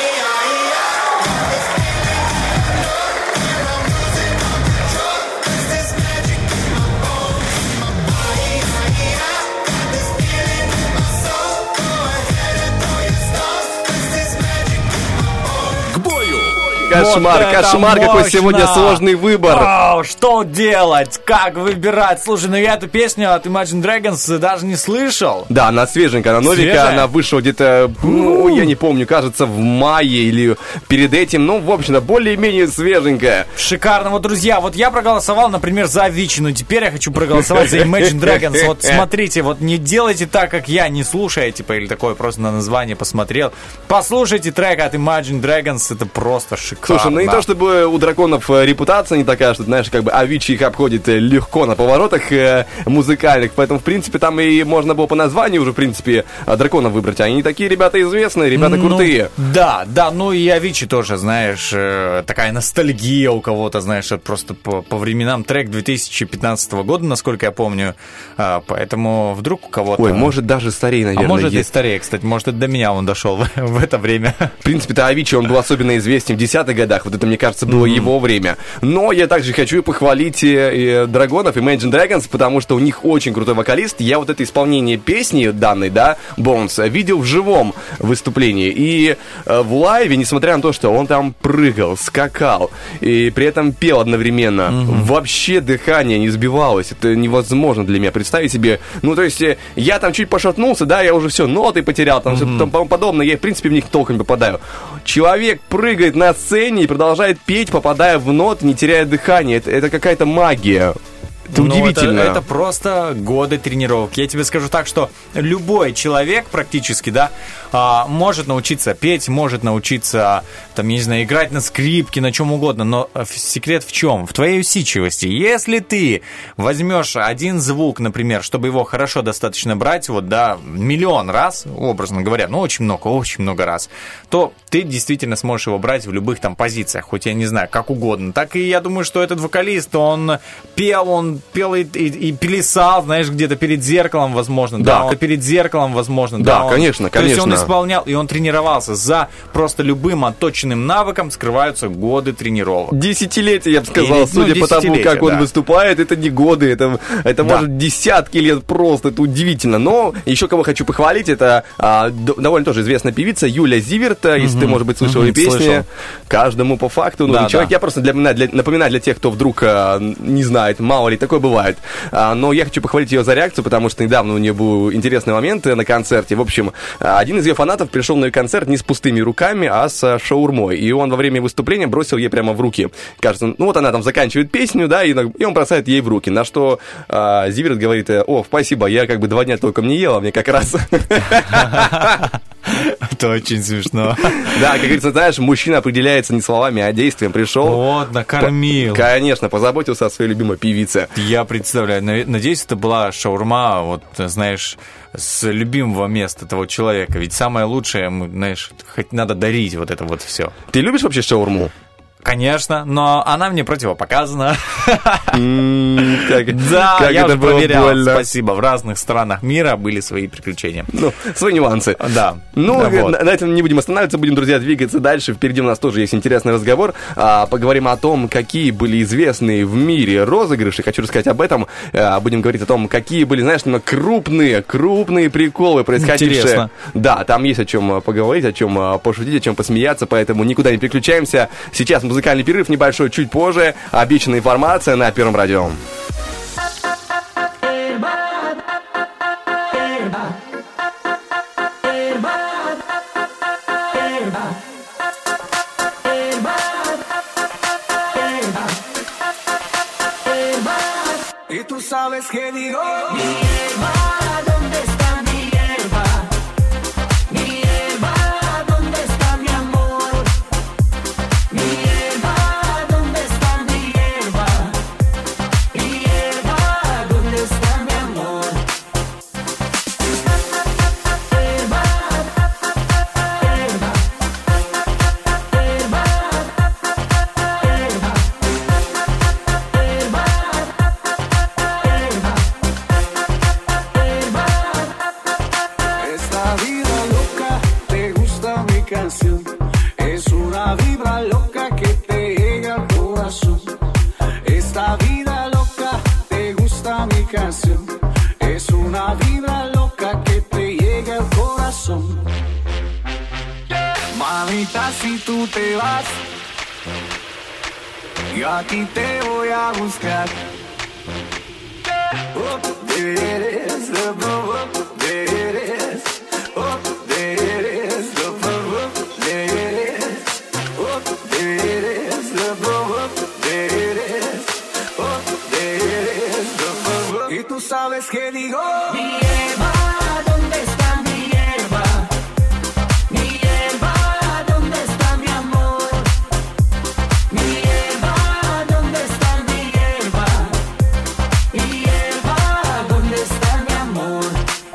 Кошмар, Вот это кошмар, какой мощно! сегодня сложный выбор. Вау, что делать? Как выбирать? Слушай, ну я эту песню от Imagine Dragons даже не слышал. Да, она свеженькая, она новенькая, Свежая? она вышла где-то, ну, я не помню, кажется, в мае или перед этим. Ну, в общем-то, более-менее свеженькая. Шикарно. Вот, друзья, вот я проголосовал, например, за Avicii, но теперь я хочу проголосовать за Imagine Dragons. Вот смотрите, вот не делайте так, как я, не слушайте, типа, или такое, просто на название посмотрел. Послушайте трек от Imagine Dragons, это просто шикарно. Слушай, ну не то чтобы у драконов э, репутация не такая, что, знаешь, как бы Avicii их обходит э, легко на поворотах э, музыкальных, поэтому, в принципе, там и можно было по названию уже, в принципе, э, драконов выбрать. Они такие ребята известные, ребята Ну, крутые. Да, да, ну и Avicii тоже, знаешь, э, такая ностальгия у кого-то, знаешь, это просто по, по временам трек две тысячи пятнадцатого года, насколько я помню, а, поэтому вдруг у кого-то... Ой, может, даже старее, наверное, А может есть. и старее, кстати, может, это до меня он дошел в, в это время. В принципе-то Avicii, он был особенно известен в десятых годах, вот это, мне кажется, было mm-hmm. его время. Но я также хочу похвалить и драгонов, Imagine Dragons, потому что у них очень крутой вокалист. Я вот это исполнение песни данной, да, Bones, видел в живом выступлении. И э, в лайве, несмотря на то, что он там прыгал, скакал, и при этом пел одновременно, mm-hmm. вообще дыхание не сбивалось. Это невозможно для меня представить себе. Ну, то есть, я там чуть пошатнулся, да, я уже все, ноты потерял, там, mm-hmm. все тому подобное, я, в принципе, в них толком не попадаю. Человек прыгает на сцене и продолжает петь, попадая в ноты, не теряя дыхания. Это, это какая-то магия. Это ну, удивительно. Это, это просто годы тренировок. Я тебе скажу так, что любой человек практически, да, а, может научиться петь, может научиться, там, я не знаю, играть на скрипке, на чем угодно. Но секрет в чем? В твоей усидчивости. Если ты возьмешь один звук, например, чтобы его хорошо достаточно брать, вот, да, миллион раз, образно говоря, ну, очень много, очень много раз, то ты действительно сможешь его брать в любых там позициях, хоть я не знаю, как угодно. Так и я думаю, что этот вокалист, он пел, он пел и, и, и плясал, знаешь, где-то перед зеркалом, возможно. Да, да он перед зеркалом, возможно. Да, да он, конечно, конечно. То есть он исполнял, и он тренировался. За просто любым отточенным навыком скрываются годы тренировок. Десятилетия, я бы сказал, Или, судя ну, по тому, как да. он выступает, это не годы, это, это да. может десятки лет просто, это удивительно. Но еще кого хочу похвалить, это а, д- довольно тоже известная певица Юля Зиверт, mm-hmm. если ты, может быть, слышал mm-hmm. ее песни. Слышал. Каждому по факту. Ну, да, человек, да. я просто для, для, напоминаю для тех, кто вдруг а, не знает, мало ли, такое бывает. А, но я хочу похвалить ее за реакцию, потому что недавно у нее был интересный момент на концерте. В общем, один из ее фанатов пришел на ее концерт не с пустыми руками, а с шаурмой. И он во время выступления бросил ей прямо в руки. Кажется, ну вот она там заканчивает песню, да, и, и он бросает ей в руки. На что а, Зиверт говорит: о, спасибо, я как бы два дня толком не ела, мне как раз... Это очень смешно. Да, как говорится, знаешь, мужчина определяется не словами, а действием. Пришел. Вот, накормил. Конечно, позаботился о своей любимой певице. Я представляю. Надеюсь, это была шаурма, вот, знаешь, с любимого места того человека. Ведь самое лучшее, знаешь, хоть надо дарить вот это вот все. Ты любишь вообще шаурму? Конечно, но она мне противопоказана. Mm, да, как я это уже проверял, больно. Спасибо. В разных странах мира были свои приключения. Ну, свои нюансы. Да. Ну, да, вот. на, на этом не будем останавливаться, будем, друзья, двигаться дальше. Впереди у нас тоже есть интересный разговор. А, поговорим о том, какие были известные в мире розыгрыши. Хочу рассказать об этом. А, будем говорить о том, какие были, знаешь, крупные, крупные приколы, происходившие. Интересно. Да, там есть о чем поговорить, о чем пошутить, о чем посмеяться, поэтому никуда не переключаемся. Сейчас мы музыкальный перерыв небольшой, чуть позже. Обещанная информация на Первом радио. Y tú sabes que digo, mi hierba, ¿dónde está mi hierba? Mi hierba, ¿dónde está mi amor? Mi hierba, ¿dónde está mi hierba? Mi hierba, ¿dónde está mi amor? Hierba, hierba, hierba, Esta vida loca, te gusta mi canción. Es una vibra loca que te llega al corazón. Esta vida loca, te gusta mi canción. Es una vibra loca que te llega al corazón. Mamita, si tú te vas, yo aquí te voy a buscar. Oh, there it is, the bubble, there it is. Oh, there it is, the bubble, there it is. Oh, there it is, the bubble, there it is. Oh, there it is, the bubble. Y tú sabes que digo, mi hierba, ¿dónde está mi hierba? Mi hierba, ¿dónde está mi amor? Mi hierba, ¿dónde está mi hierba? Mi hierba, ¿dónde está mi amor?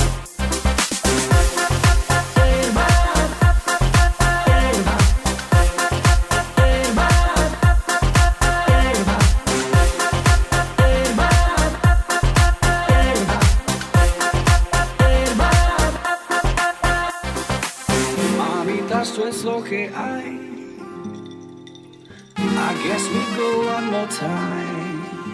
Hierba, hierba, hierba, hierba, hierba. Mamita, esto es lo que hay. I guess we go one more time.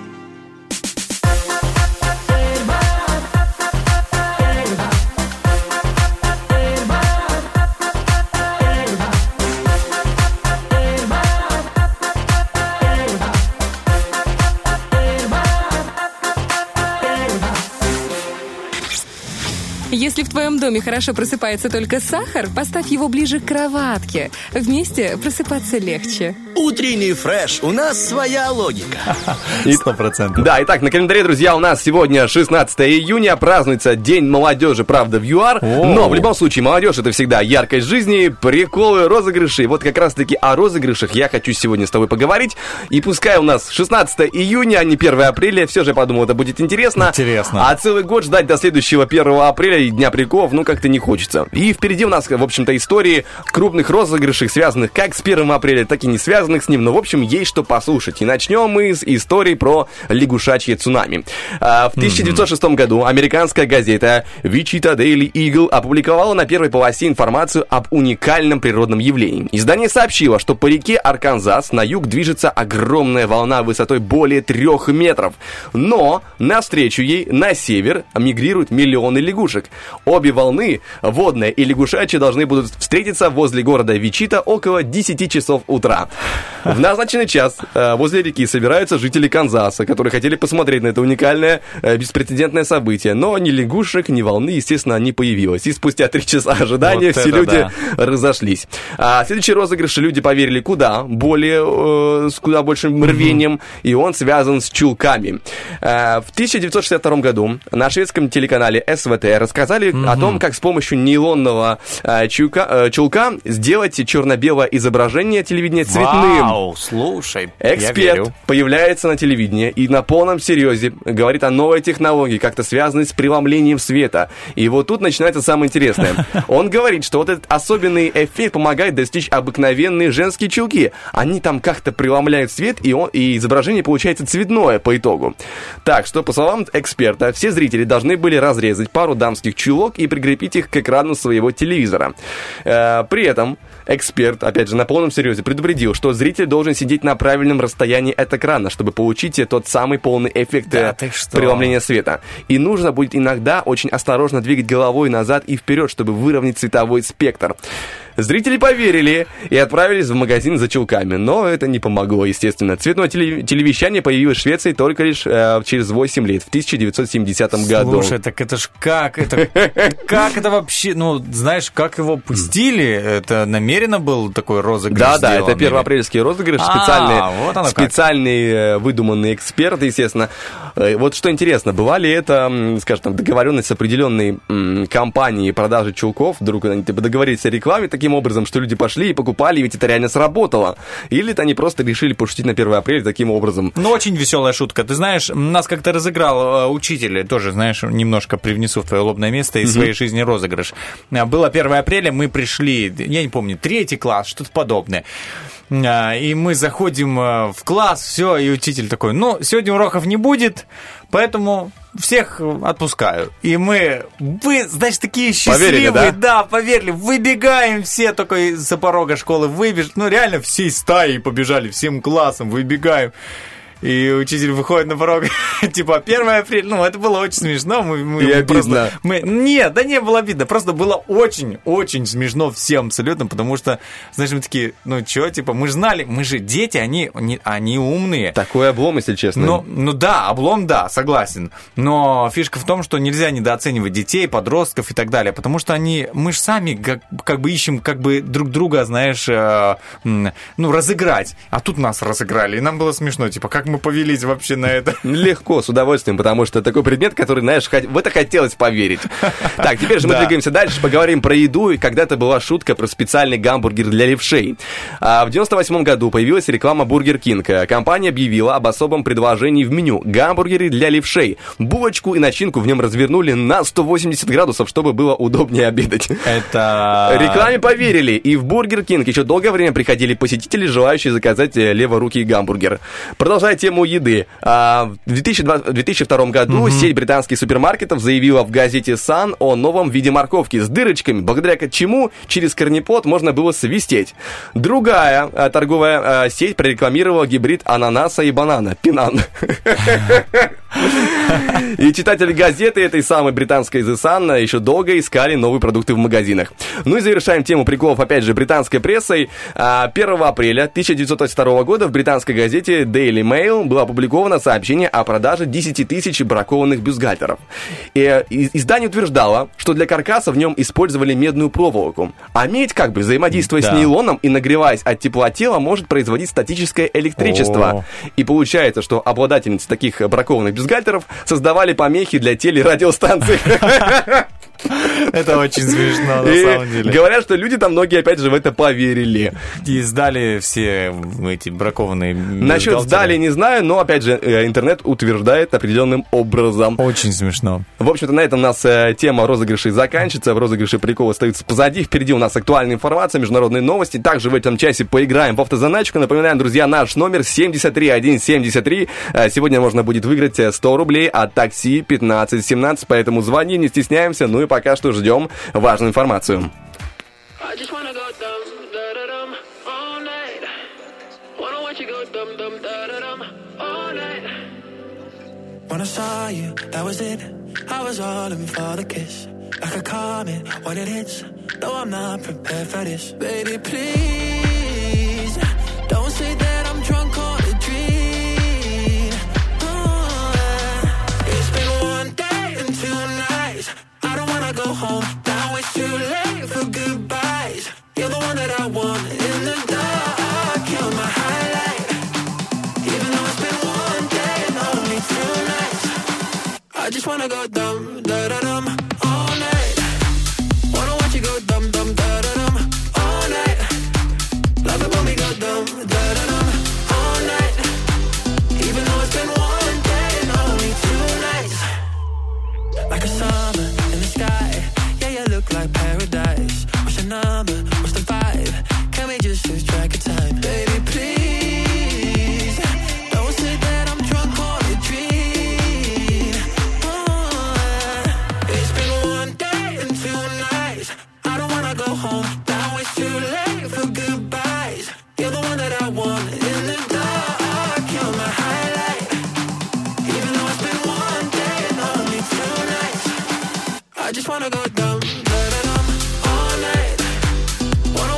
Если в твоем доме хорошо просыпается только сахар, поставь его ближе к кроватке. Вместе просыпаться легче. Утренний фреш, у нас своя логика. Сто процентов. Да, итак, на календаре, друзья, у нас сегодня шестнадцатое июня, празднуется День молодежи, правда, в ЮАР. О. Но в любом случае, молодежь — это всегда яркость жизни, приколы, розыгрыши. И вот как раз-таки о розыгрышах я хочу сегодня с тобой поговорить. И пускай у нас шестнадцатое июня, а не первое апреля, все же, я подумал, это будет интересно. Интересно. А целый год ждать до следующего первого апреля и Дня приколов, ну, как-то не хочется. И впереди у нас, в общем-то, истории крупных розыгрышей, связанных как с первым апреля, так и не связанных с ним. Но, в общем, есть что послушать. И начнем мы с истории про лягушачье цунами. А, в тысяча девятьсот шестом году американская газета Wichita Daily Eagle опубликовала на первой полосе информацию об уникальном природном явлении. Издание сообщило, что по реке Арканзас на юг движется огромная волна высотой более трех метров. Но навстречу ей на север мигрируют миллионы лягушек. Обе волны, водная и лягушачья, должны будут встретиться возле города Вичита около десяти часов утра. В назначенный час э, возле реки собираются жители Канзаса, которые хотели посмотреть на это уникальное, э, беспрецедентное событие. Но ни лягушек, ни волны, естественно, не появилось. И спустя три часа ожидания вот все люди да. разошлись. А следующий розыгрыш люди поверили куда более, э, с куда большим рвением, mm-hmm. и он связан с чулками. Э, в тысяча девятьсот шестьдесят втором году на шведском телеканале эс вэ тэ рассказали mm-hmm. о том, как с помощью нейлонного э, чулка, э, чулка сделать черно-белое изображение телевидения цветным. Вау, слушай, Эксперт я верю. появляется на телевидении и на полном серьезе говорит о новой технологии, как-то связанной с преломлением света. И вот тут начинается самое интересное. Он говорит, что вот этот особенный эффект помогает достичь обыкновенные женские чулки. Они там как-то преломляют свет, и, он, и изображение получается цветное по итогу. Так что, по словам эксперта, все зрители должны были разрезать пару дамских чулок и прикрепить их к экрану своего телевизора. Э, при этом эксперт, опять же, на полном серьезе предупредил, что зритель должен сидеть на правильном расстоянии от экрана, чтобы получить тот самый полный эффект да, преломления света. И нужно будет иногда очень осторожно двигать головой назад и вперед, чтобы выровнять цветовой спектр. Зрители поверили и отправились в магазин за чулками, но это не помогло, естественно. Цветное телевещание появилось в Швеции только лишь э, через восемь лет, в тысяча девятьсот семидесятом году. Слушай, так это ж как? Это, как это вообще? Ну, знаешь, как его пустили? Это намеренно был такой розыгрыш? Да, да, сделан, это первоапрельский розыгрыш, специальный, а, вот оно специальный как. выдуманный эксперт, естественно. Вот что интересно, бывали это, скажем, там, договоренность с определенной м, компанией продажи чулков, вдруг они типа, договорились о рекламе таким образом, что люди пошли и покупали, и ведь это реально сработало. Или-то они просто решили пошутить на первое апреля таким образом. Ну, очень веселая шутка. Ты знаешь, нас как-то разыграл учитель, тоже, знаешь, немножко привнесу в твое лобное место из mm-hmm. своей жизни розыгрыш. Было первое апреля, мы пришли, я не помню, третий класс, что-то подобное. И мы заходим в класс, все, и учитель такой, ну, сегодня уроков не будет, поэтому всех отпускаю. И мы, вы, значит, такие счастливые, поверили, да? да, поверили, выбегаем все, только из-за порога школы выбежали, ну, реально всей стаей побежали, всем классом выбегаем. И учитель выходит на порог, типа, первое апреля, ну, это было очень смешно. Мы, мы, и мы обидно. Просто, мы, нет, да не было обидно, просто было очень-очень смешно всем абсолютно, потому что, знаешь, мы такие, ну, чё, типа, мы же знали, мы же дети, они, они, они умные. Такой облом, если честно. Ну, ну да, облом, да, согласен. Но фишка в том, что нельзя недооценивать детей, подростков и так далее, потому что они, мы же сами как, как бы ищем, как бы друг друга, знаешь, э, ну, разыграть. А тут нас разыграли, и нам было смешно, типа, как мы повелись вообще на это? Легко, с удовольствием, потому что такой предмет, который, знаешь, в это хотелось поверить. Так, теперь же мы двигаемся дальше, поговорим про еду. И когда-то была шутка про специальный гамбургер для левшей. А в девяносто восьмом году появилась реклама Burger King. Компания объявила об особом предложении в меню. Гамбургеры для левшей. Булочку и начинку в нем развернули на сто восемьдесят градусов, чтобы было удобнее обедать. Это... Рекламе поверили. И в Burger King еще долгое время приходили посетители, желающие заказать леворукий гамбургер. Продолжая тему еды. В две тысячи втором году mm-hmm. сеть британских супермаркетов заявила в газете Sun о новом виде морковки с дырочками, благодаря чему через корнеплод можно было свистеть. Другая торговая сеть прорекламировала гибрид ананаса и банана. Пинан. И читатели газеты этой самой британской The Sun еще долго искали новые продукты в магазинах. Ну и завершаем тему приколов, опять же, британской прессой. первого апреля тысяча девятьсот двадцать второго года в британской газете Daily Mail было опубликовано сообщение о продаже десять тысяч бракованных бюстгальтеров. И издание утверждало, что для каркаса в нем использовали медную проволоку. А медь, как бы взаимодействуя да. с нейлоном и нагреваясь от тепла тела, может производить статическое электричество. О. И получается, что обладательницы таких бракованных бюстгальтеров создавали помехи для телерадиостанций. Это очень смешно, на самом деле. Говорят, что люди там многие, опять же, в это поверили. И сдали все эти бракованные бюстгальтеры. Насчет сдали не знаю, но, опять же, интернет утверждает определенным образом. Очень смешно. В общем-то, на этом у нас тема розыгрышей заканчивается. В розыгрыше приколы остаются позади. Впереди у нас актуальная информация, международные новости. Также в этом часе поиграем в автозаначку. Напоминаем, друзья, наш номер семьдесят три сто семьдесят три. Сегодня можно будет выиграть сто рублей от такси пятнадцать семнадцать. Поэтому звони, не стесняемся. Ну и пока что ждем важную информацию. When I saw you, that was it. I was all in for the kiss. Like a comet when it hits. No, I'm not prepared for this. Baby, please don't say that I'm drunk on a dream. Oh, it's been one day and two nights. I don't wanna go home. Now it's too late for goodbyes. You're the one that I want in the dark. You're my highlight. Even though it's been one day and only two nights. I just wanna go dumb, da da dum, all night. Wanna watch you go dumb, dumb, da da dum, all night. Love it when we go dumb, da da dum, all night. Even though it's been one day and only two nights. Like a summer in the sky, yeah, you look like paradise. What's your number? What's the vibe? Can we just lose track of time, baby? Please don't say that I'm drunk on a dream. Oh, it's been one day and two nights. I don't wanna go home. Now it's too late for goodbyes. You're the one that I want in the dark. You're my highlight. Even though it's been one day and only two nights. I just wanna go dumb, da da dum, all night. Wanna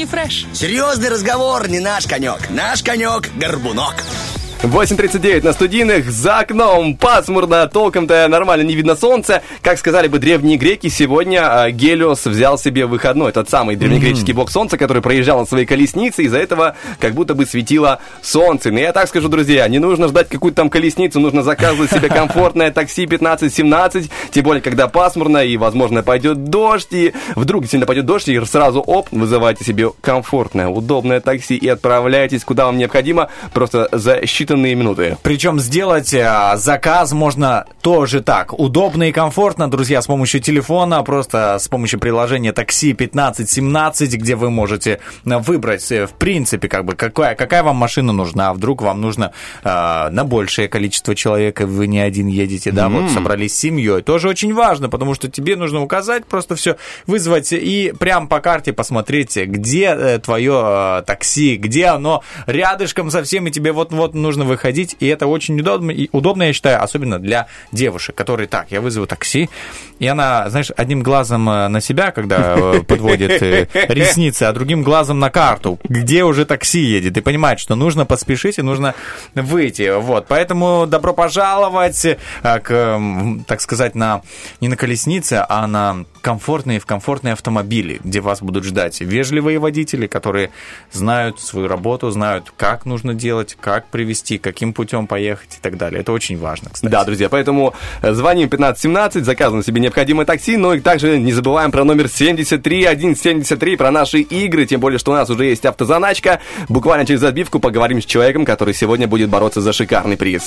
не фреш. Серьезный разговор не наш конек. Наш конек — горбунок. восемь тридцать девять на студийных, за окном пасмурно, толком-то нормально не видно солнца. Как сказали бы древние греки, сегодня Гелиос взял себе выходной. Тот самый древнегреческий бог солнца, который проезжал на своей колеснице, из-за этого как будто бы светило солнце. Но я так скажу, друзья, не нужно ждать какую-то там колесницу, нужно заказывать себе комфортное такси пятнадцать семнадцать, тем более, когда пасмурно и, возможно, пойдет дождь, и вдруг действительно пойдет дождь, и сразу, оп, вызывайте себе комфортное, удобное такси и отправляйтесь куда вам необходимо, просто за считанные минуты. Причем сделать а, заказ можно тоже так. Удобно и комфортно, друзья, с помощью телефона, просто с помощью приложения такси пятнадцать семнадцать, где вы можете выбрать, в принципе, как бы, какая, какая вам машина нужна. Вдруг вам нужно а, на большее количество человек, и вы не один едете, да, mm-hmm. вот собрались с семьей. Тоже очень важно, потому что тебе нужно указать, просто все вызвать и прям по карте посмотреть, где твое а, такси, где оно рядышком со всеми, тебе вот-вот нужно выходить, и это очень удобно, и удобно, я считаю, особенно для девушек, которые так, я вызову такси, и она, знаешь, одним глазом на себя, когда подводит ресницы, а другим глазом на карту, где уже такси едет, и понимает, что нужно поспешить и нужно выйти, вот, поэтому добро пожаловать к, так сказать, на, не на колеснице, а на комфортные, в комфортные автомобили, где вас будут ждать вежливые водители, которые знают свою работу, знают, как нужно делать, как привезти, каким путем поехать и так далее. Это очень важно, кстати. Да, друзья, поэтому звоним пятнадцать семнадцать, заказываем себе необходимое такси, но и также не забываем про номер семьдесят три сто семьдесят три, про наши игры, тем более, что у нас уже есть автозаначка. Буквально через отбивку поговорим с человеком, который сегодня будет бороться за шикарный приз.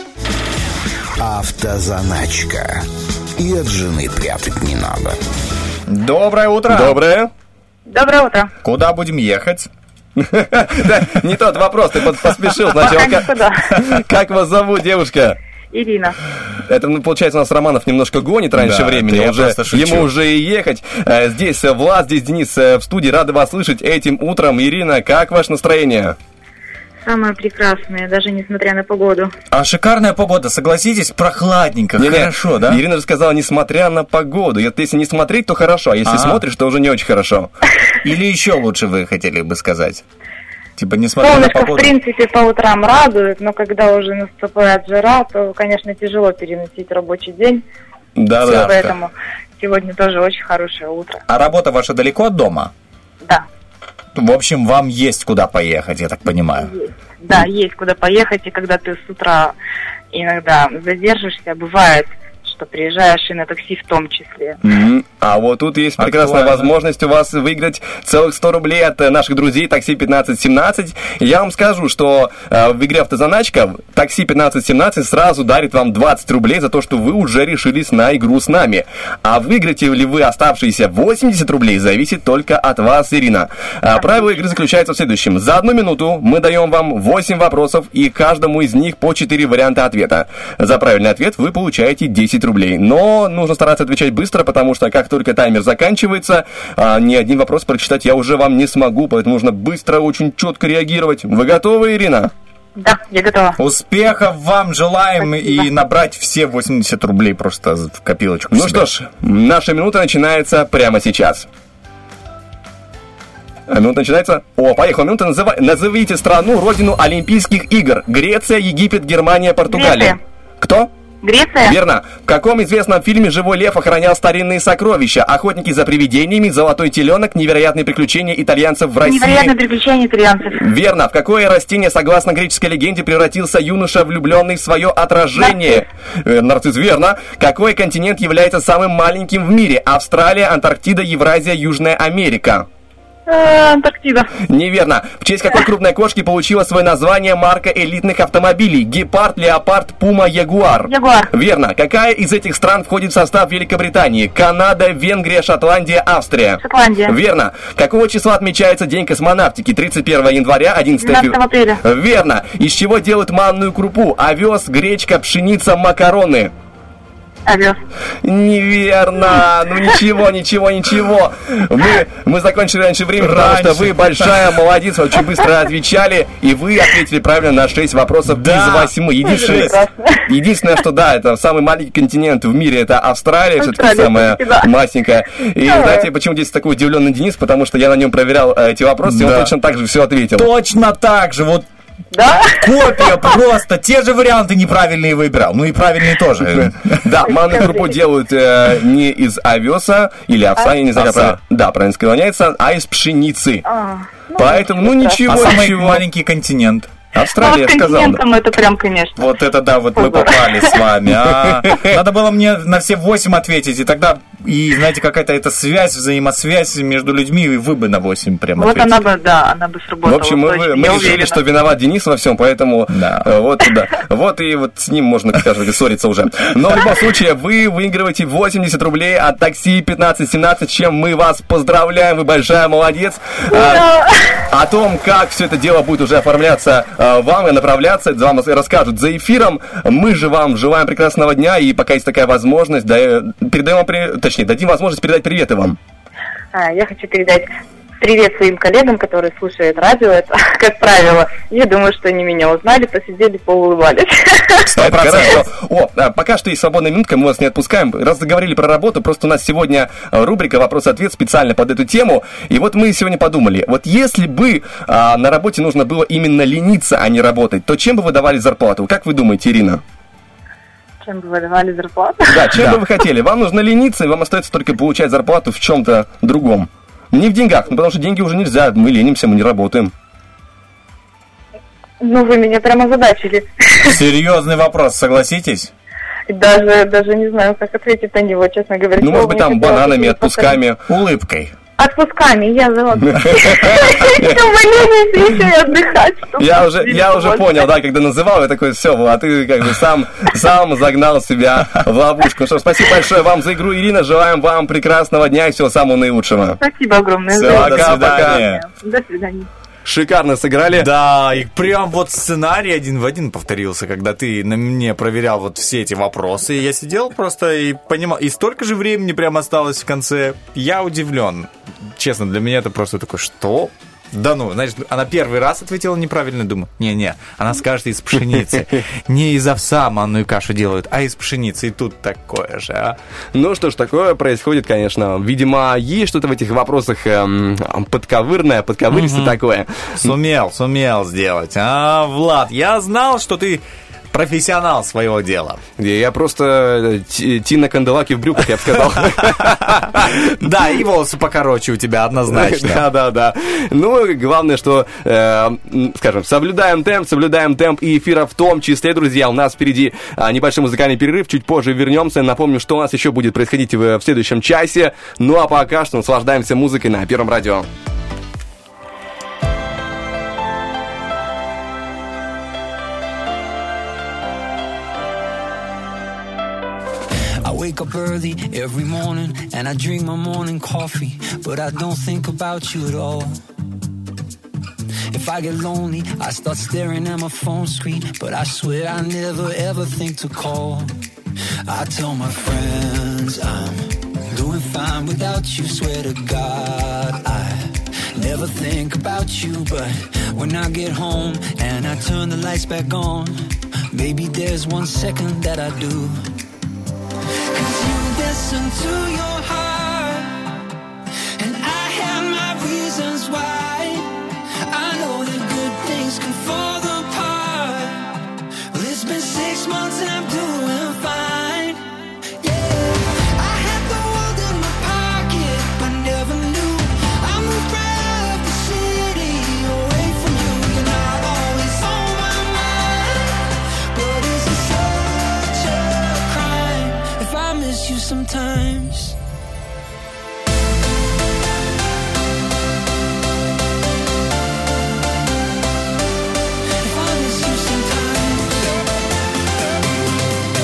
Автозаначка. И от жены прятать не надо. Доброе утро. Доброе. Доброе утро. Куда будем ехать? Да, не тот вопрос, ты поспешил сначала. Как вас зовут, девушка? Ирина. Это, ну, получается, у нас Романов немножко гонит раньше да, времени, уже, ему уже и ехать. Здесь Влад, здесь Денис в студии, рады вас слышать этим утром. Ирина, как ваше настроение? Самое прекрасное, даже несмотря на погоду. А шикарная погода, согласитесь, прохладненько, не, хорошо, не, да? Ирина же сказала, несмотря на погоду. Если не смотреть, то хорошо, а если А-а. смотришь, то уже не очень хорошо. Или еще лучше вы хотели бы сказать? Типа, несмотря Солнышко, на погоду. в принципе, по утрам радует, но когда уже наступает жара, то, конечно, тяжело переносить рабочий день. Да, Все, да. поэтому сегодня тоже очень хорошее утро. А работа ваша далеко от дома? Да. В общем, вам есть куда поехать, я так понимаю. Есть. Да, есть куда поехать, и когда ты с утра иногда задержишься, бывает, что приезжаешь и на такси в том числе. Mm-hmm. А вот тут есть прекрасная Актуально. возможность у вас выиграть целых сто рублей от наших друзей такси пятнадцать семнадцать. И я вам скажу, что э, в игре «Автозаначка» такси пятнадцать семнадцать сразу дарит вам двадцать рублей за то, что вы уже решились на игру с нами. А выиграете ли вы оставшиеся восемьдесят рублей, зависит только от вас, Ирина. А, правило игры заключается в следующем. За одну минуту мы даем вам восемь вопросов, и каждому из них по четыре варианта ответа. За правильный ответ вы получаете десять рублей. Но нужно стараться отвечать быстро, потому что как только таймер заканчивается, а, ни один вопрос прочитать я уже вам не смогу, поэтому нужно быстро, очень четко реагировать. Вы готовы, Ирина? Да, я готова. Успехов вам желаем. Спасибо. И набрать все восемьдесят рублей просто в копилочку. Ну что ж, наша минута начинается прямо сейчас. Минута начинается. О, поехала минута. Называ... Назовите страну, родину Олимпийских игр. Греция, Египет, Германия, Португалия. Греция. Кто? Греция. Верно. В каком известном фильме «Живой лев» охранял старинные сокровища? «Охотники за привидениями», «Золотой теленок», «Невероятные приключения итальянцев в России». «Невероятные приключения итальянцев». Верно. В какое растение, согласно греческой легенде, превратился юноша, влюбленный в свое отражение? Нарцисс. Нарцисс, верно. Какой континент является самым маленьким в мире? Австралия, Антарктида, Евразия, Южная Америка. Антарктида. Неверно. В честь какой крупной кошки получила свое название марка элитных автомобилей? Гепард, Леопард, Пума, Ягуар. Ягуар. Верно. Какая из этих стран входит в состав Великобритании? Канада, Венгрия, Шотландия, Австрия. Шотландия. Верно. Какого числа отмечается День космонавтики? тридцать первого января, одиннадцатого апреля. Верно. Из чего делают манную крупу? Овес, гречка, пшеница, макароны. Овес. Неверно. Ну ничего, ничего, ничего. Мы, мы закончили раньше времени, потому что вы большая молодец, очень быстро отвечали, и вы ответили правильно на шесть вопросов да. из восьми. Единственное, единственное, что да, это самый маленький континент в мире, это Австралия, все-таки самая да. масенькая. И да. знаете, почему здесь такой удивленный Денис? Потому что я на нем проверял э, эти вопросы, да. и он точно так же все ответил. Точно так же, вот. Да? Копия просто, те же варианты неправильные выбирал. Ну и правильные тоже. Да, манную крупу делают э, не из овеса или овса, я не знаю, правильно, да, правильно склоняется, а из пшеницы. А, ну, Поэтому, ну ничего, а самый ничего. маленький континент. Австралия, я сказал. Да. Это прям, конечно. Вот это да, вот мы попали с вами. А, надо было мне на все восемь ответить, и тогда, и знаете, какая-то эта связь, взаимосвязь между людьми, и вы бы на восемь прям вот ответили. Вот она бы, да, она бы сработала. В общем, мы, мы, мы решили, что виноват Денис во всем, поэтому да. э, вот туда. Вот и вот с ним можно, скажем, ссориться уже. Но в любом случае, вы выигрываете восемьдесят рублей от такси пятнадцать семнадцать, с чем мы вас поздравляем, вы большая молодец. А, о том, как все это дело будет уже оформляться вам и направляться, вам расскажут за эфиром. Мы же вам желаем прекрасного дня, и пока есть такая возможность, да, передаем, точнее, дадим возможность передать приветы вам. А, я хочу передать привет своим коллегам, которые слушают радио. Это, как правило, я думаю, что они меня узнали, посидели, поулыбались. Это хорошо. О, пока что есть свободная минутка, мы вас не отпускаем. Раз заговорили про работу, просто у нас сегодня рубрика «Вопрос-ответ» специально под эту тему. И вот мы сегодня подумали, вот если бы а, на работе нужно было именно лениться, а не работать, то чем бы вы давали зарплату? Как вы думаете, Ирина? Чем бы вы давали зарплату? Да, чем да. бы вы хотели? Вам нужно лениться, и вам остается только получать зарплату в чем-то другом. Не в деньгах, ну, потому что деньги уже нельзя, мы ленимся, мы не работаем. Ну, вы меня прямо озадачили. Серьезный вопрос, согласитесь? Даже, даже не знаю, как ответить на него, честно говоря. Ну, может быть, там бананами, отпусками, улыбкой. Отпусками, я за еще отдыхать. Я уже, я уже понял, да, когда называл, я такой, все, а ты как бы сам, сам загнал себя в ловушку. Что ж, спасибо большое вам за игру, Ирина, желаем вам прекрасного дня и всего самого наилучшего. Спасибо огромное. Все, пока-пока. До свидания. Шикарно сыграли. Да, и прям вот сценарий один в один повторился, когда ты на мне проверял вот все эти вопросы. И я сидел просто и понимал, и столько же времени прям осталось в конце. Я удивлен. Честно, для меня это просто такое, что? Да ну, значит, она первый раз ответила неправильно, думаю, не-не, она скажет из пшеницы. Не из овса манную кашу делают, а из пшеницы. И тут такое же, а? Ну что ж, такое происходит, конечно. Видимо, есть что-то в этих вопросах эм, подковырное, подковыристое угу. такое. Сумел, сумел сделать. А, Влад, я знал, что ты профессионал своего дела. Я просто Тина Канделаки в брюках, я бы сказал. Да, и волосы покороче у тебя однозначно. Да, да, да. Ну, главное, что, скажем, соблюдаем темп, соблюдаем темп и эфира в том числе, друзья. У нас впереди небольшой музыкальный перерыв, чуть позже вернемся. Напомню, что у нас еще будет происходить в следующем часе. Ну, а пока что наслаждаемся музыкой на Первом радио. I wake up early every morning and I drink my morning coffee, but I don't think about you at all. If I get lonely, I start staring at my phone screen, but I swear I never ever think to call. I tell my friends I'm doing fine without you, swear to God I never think about you, but when I get home and I turn the lights back on, maybe there's one second that I do. Listen to your heart, and I have my reasons why. I know that good things can fall apart. Well, it's been six months and I'm doing fine. Yeah, I had the world in my pocket, but never knew I moved right out of the city, away from you. You're not always on my mind, but is it such a crime if I miss you sometimes? If I miss you sometimes.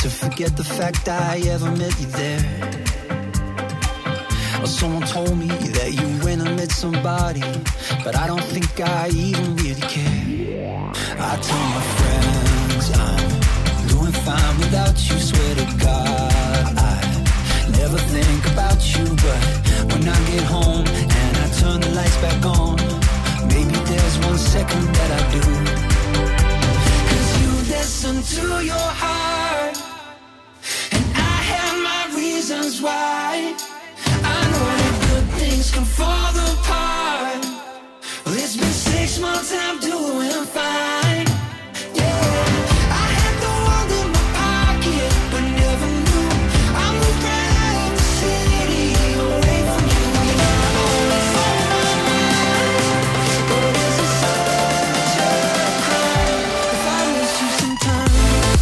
to forget the fact I ever met you there. Well, someone told me that you went and met somebody, but I don't think I even really care. I tell my friends I'm doing fine without you, swear to God I never think about you, but when I get home and I turn the lights back on, maybe there's one second that I do. Cause you listen to your heart, and I have my reasons why. I know that good things can fall apart. Well, it's been six months and I'm doing fine. Yeah, I had the world in my pocket, but never knew I moved right out of the city, away from you. You're always on my mind, but it's a such a crime if I miss you sometimes.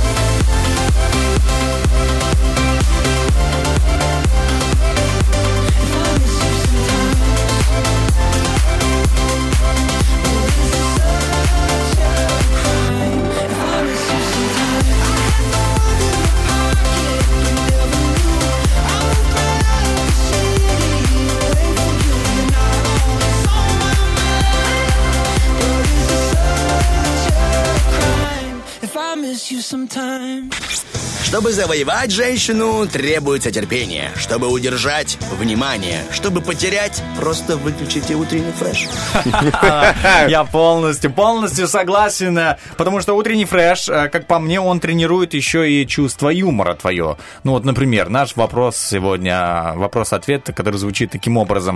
Чтобы завоевать женщину, требуется терпение. Чтобы удержать — внимание. Чтобы потерять — просто выключите утренний фреш. Я полностью, полностью согласен, потому что утренний фреш, как по мне, он тренирует еще и чувство юмора твое. Ну вот, например, наш вопрос сегодня, вопрос-ответ, который звучит таким образом.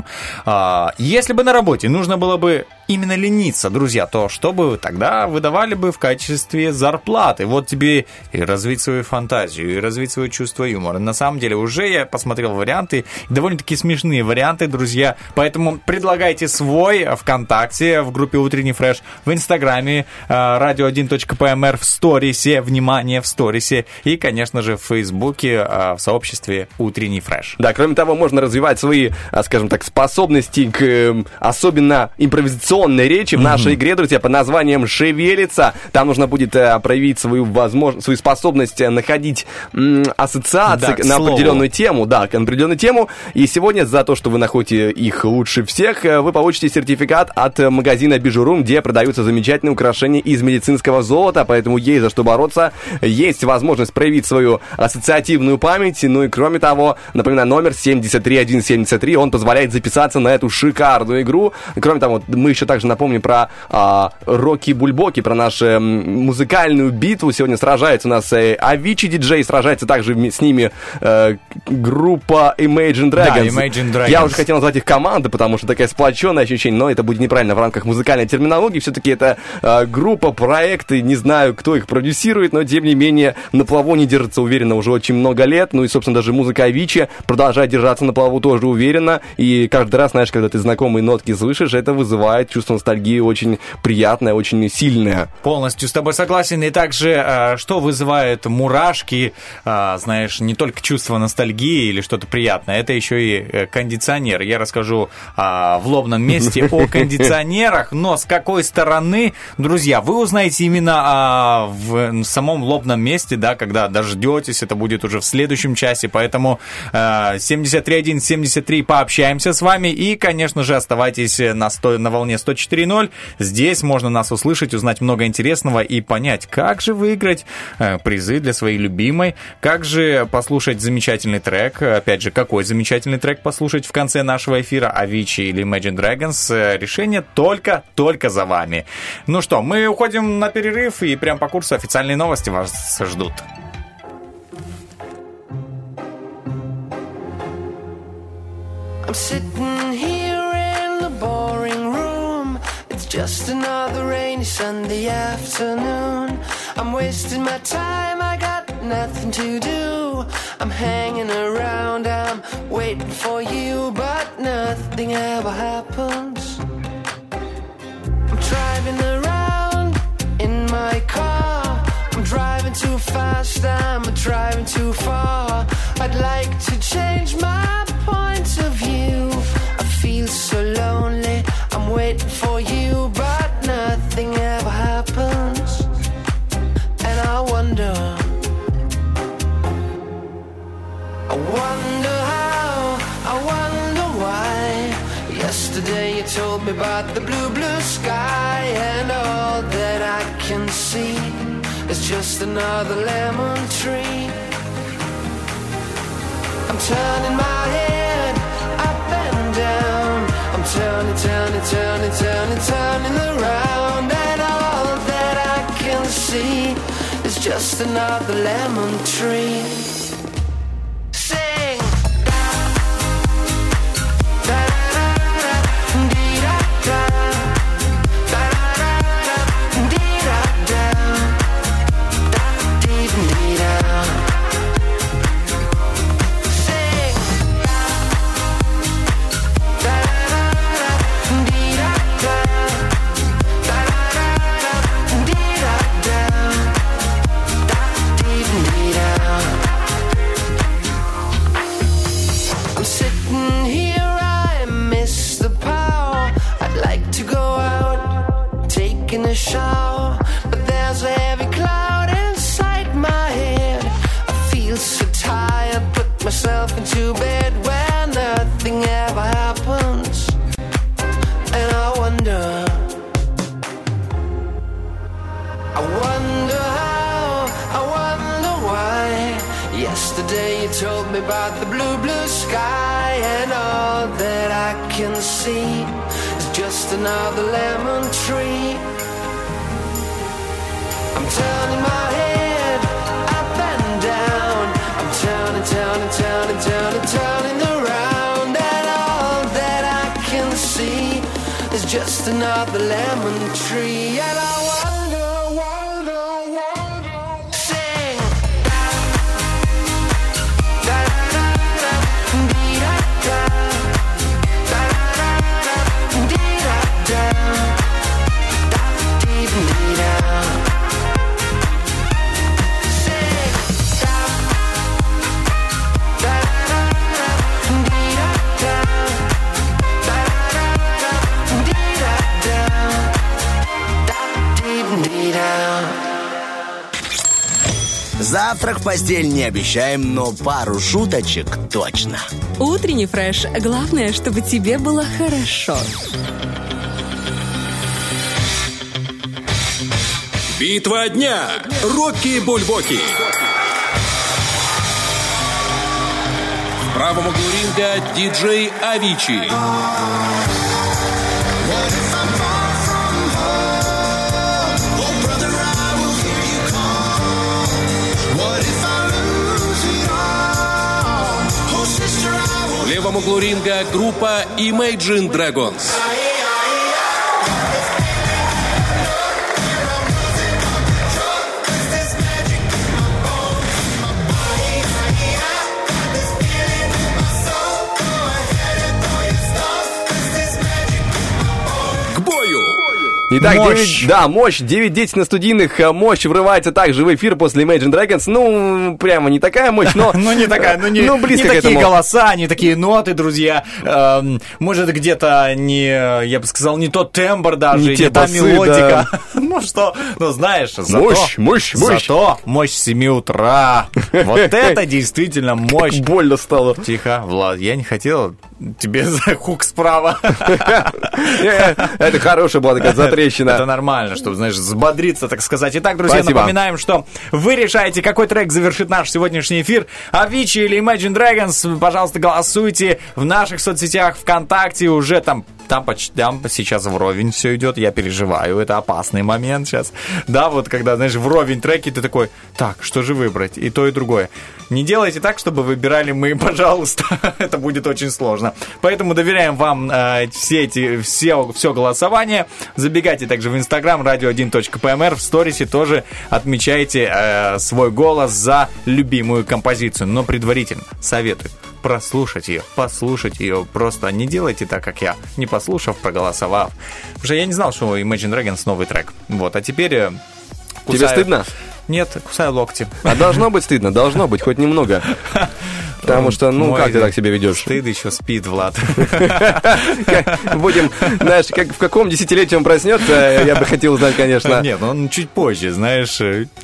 Если бы на работе нужно было бы именно лениться, друзья, то что бы вы тогда выдавали бы в качестве зарплаты? Вот тебе и развить свою фантазию, и развить свое чувство юмора. На самом деле, уже я посмотрел варианты, довольно-таки смешные варианты, друзья. Поэтому предлагайте свой ВКонтакте, в группе «Утренний фреш», в Инстаграме, радио один точка пэ эм эр, в сторисе, внимание, в сторисе, и, конечно же, в Фейсбуке, в сообществе «Утренний фреш». Да, кроме того, можно развивать свои, скажем так, способности к особенно импровизационной речи в нашей mm-hmm. игре, друзья, под названием «Шевелится». Там нужно будет проявить свою возможность, свою способность находить м, ассоциации да, на слову. определенную тему, да, на определенную тему. И сегодня за то, что вы находите их лучше всех, вы получите сертификат от магазина Bijurум, где продаются замечательные украшения из медицинского золота, поэтому есть за что бороться, есть возможность проявить свою ассоциативную память. Ну и кроме того, напоминаю, номер семьдесят три сто семьдесят три, он позволяет записаться на эту шикарную игру. Кроме того, мы еще также напомним про а, Рокки Бульбоки, про нашу м, музыкальную битву. Сегодня сражается у нас э, Avicii диджей, сражается также с ними э, группа Imagine Dragons. Да, Imagine Dragons. Я уже хотел назвать их командой, потому что такая сплоченная ощущение, но это будет неправильно в рамках музыкальной терминологии. Все-таки это э, группа, проекты, не знаю, кто их продюсирует, но тем не менее на плаву не держится уверенно уже очень много лет. Ну и, собственно, даже музыка Avicii продолжает держаться на плаву тоже уверенно. И каждый раз, знаешь, когда ты знакомые нотки слышишь, это вызывает чувство ностальгии очень приятное, очень сильное. Полностью с тобой согласен. И также, э, что вызывает мурашки, э, знаешь, не только чувство ностальгии или что-то приятное, это еще и кондиционер. Я расскажу э, в лобном месте о кондиционерах, но с какой стороны, друзья, вы узнаете именно э, в самом лобном месте, да, когда дождетесь, это будет уже в следующем часе, поэтому э, семьдесят три сто семьдесят три пообщаемся с вами и, конечно же, оставайтесь на, сто, на волне сто четыре ноль. Здесь можно нас услышать, узнать много интересного и понять, как же выиграть э, призы для своей любимой, как же послушать замечательный трек, опять же, какой замечательный трек послушать в конце нашего эфира, Avicii или Imagine Dragons, э, решение только, только за вами. Ну что, мы уходим на перерыв и прям по курсу официальные новости вас ждут. I'm sitting here in the boring room. It's just another rainy Sunday afternoon. I'm wasting my time, I got nothing to do. I'm hanging around, I'm waiting for you, but nothing ever happens. I'm driving around in my car. I'm driving too fast, I'm driving too far. I'd like to change my point of view. I feel so lonely, I'm waiting for you, but nothing ever happens. And I wonder, Yesterday you told me about the blue, blue sky, and all that I can see is just another lemon tree. I'm turning my head up and down. I'm turning, turning, turning, turning, turning around, and all that I can see is just another lemon tree. Sing. Shower, but there's a heavy cloud inside my head. I feel so tired, put myself into bed where nothing ever happens, and I wonder, I wonder how, I wonder why. Yesterday you told me about the blue, blue sky, and all that I can see is just another lemon tree. I'm turning my head up and down. I'm turning, turning, turning, turning, turning around, and all that I can see is just another lemon tree. And I wonder, wonder, wonder. Sing. Da da da da, dee da da, da da da da, dee da da, da dee dee da. Завтрак в постель не обещаем, но пару шуточек точно. Утренний фреш. Главное, чтобы тебе было хорошо. Битва дня. Рокки Бульбоки. В правом углу ринга диджей Avicii. В левом углу ринга группа Imagine Dragons. Итак, Мощь. девять, да, мощь, девять десять на студийных, а, мощь врывается также в эфир после Imagine Dragons, ну, прямо не такая мощь, но... Ну, не такая, ну, не, ну, близко не к такие этому. голоса, не такие ноты, друзья. Эм, может, где-то не, я бы сказал, не тот тембр даже, Не не, те та басы, мелодика. Ну, что, ну, знаешь, зато... Мощь, мощь, мощь. Зато мощь с семи утра. Вот это действительно мощь. Как больно стало. Тихо, Влад, я не хотел тебе за хук справа. Это хорошая была такая затрещина. Это нормально, чтобы, знаешь, взбодриться, так сказать. Итак, друзья, Спасибо. напоминаем, что вы решаете, какой трек завершит наш сегодняшний эфир. Avicii или Imagine Dragons, пожалуйста, голосуйте в наших соцсетях, ВКонтакте, уже там, там, почти, там сейчас вровень все идет, я переживаю, это опасный момент сейчас. Да, вот когда, знаешь, вровень треки, ты такой, так, что же выбрать? И то, и другое. Не делайте так, чтобы выбирали мы, пожалуйста. Это будет очень сложно. Поэтому доверяем вам э, все эти, все, все голосование. Забегайте также в Инстаграм, радио один точка пи эм эр, в сторисе тоже отмечайте э, свой голос за любимую композицию. Но предварительно советую прослушать ее, послушать ее. Просто не делайте так, как я, не послушав, проголосовав. Потому что я не знал, что у Imagine Dragons новый трек. Вот, а теперь... э, Тебе кусаю- стыдно? Нет, кусаю локти. А должно быть стыдно, должно быть, хоть немного. Потому что, ну, Мой как ты так себя ведешь? Стыд еще спит, Влад. Будем, знаешь, как в каком десятилетии он проснется, я бы хотел узнать, конечно. Нет, он чуть позже, знаешь,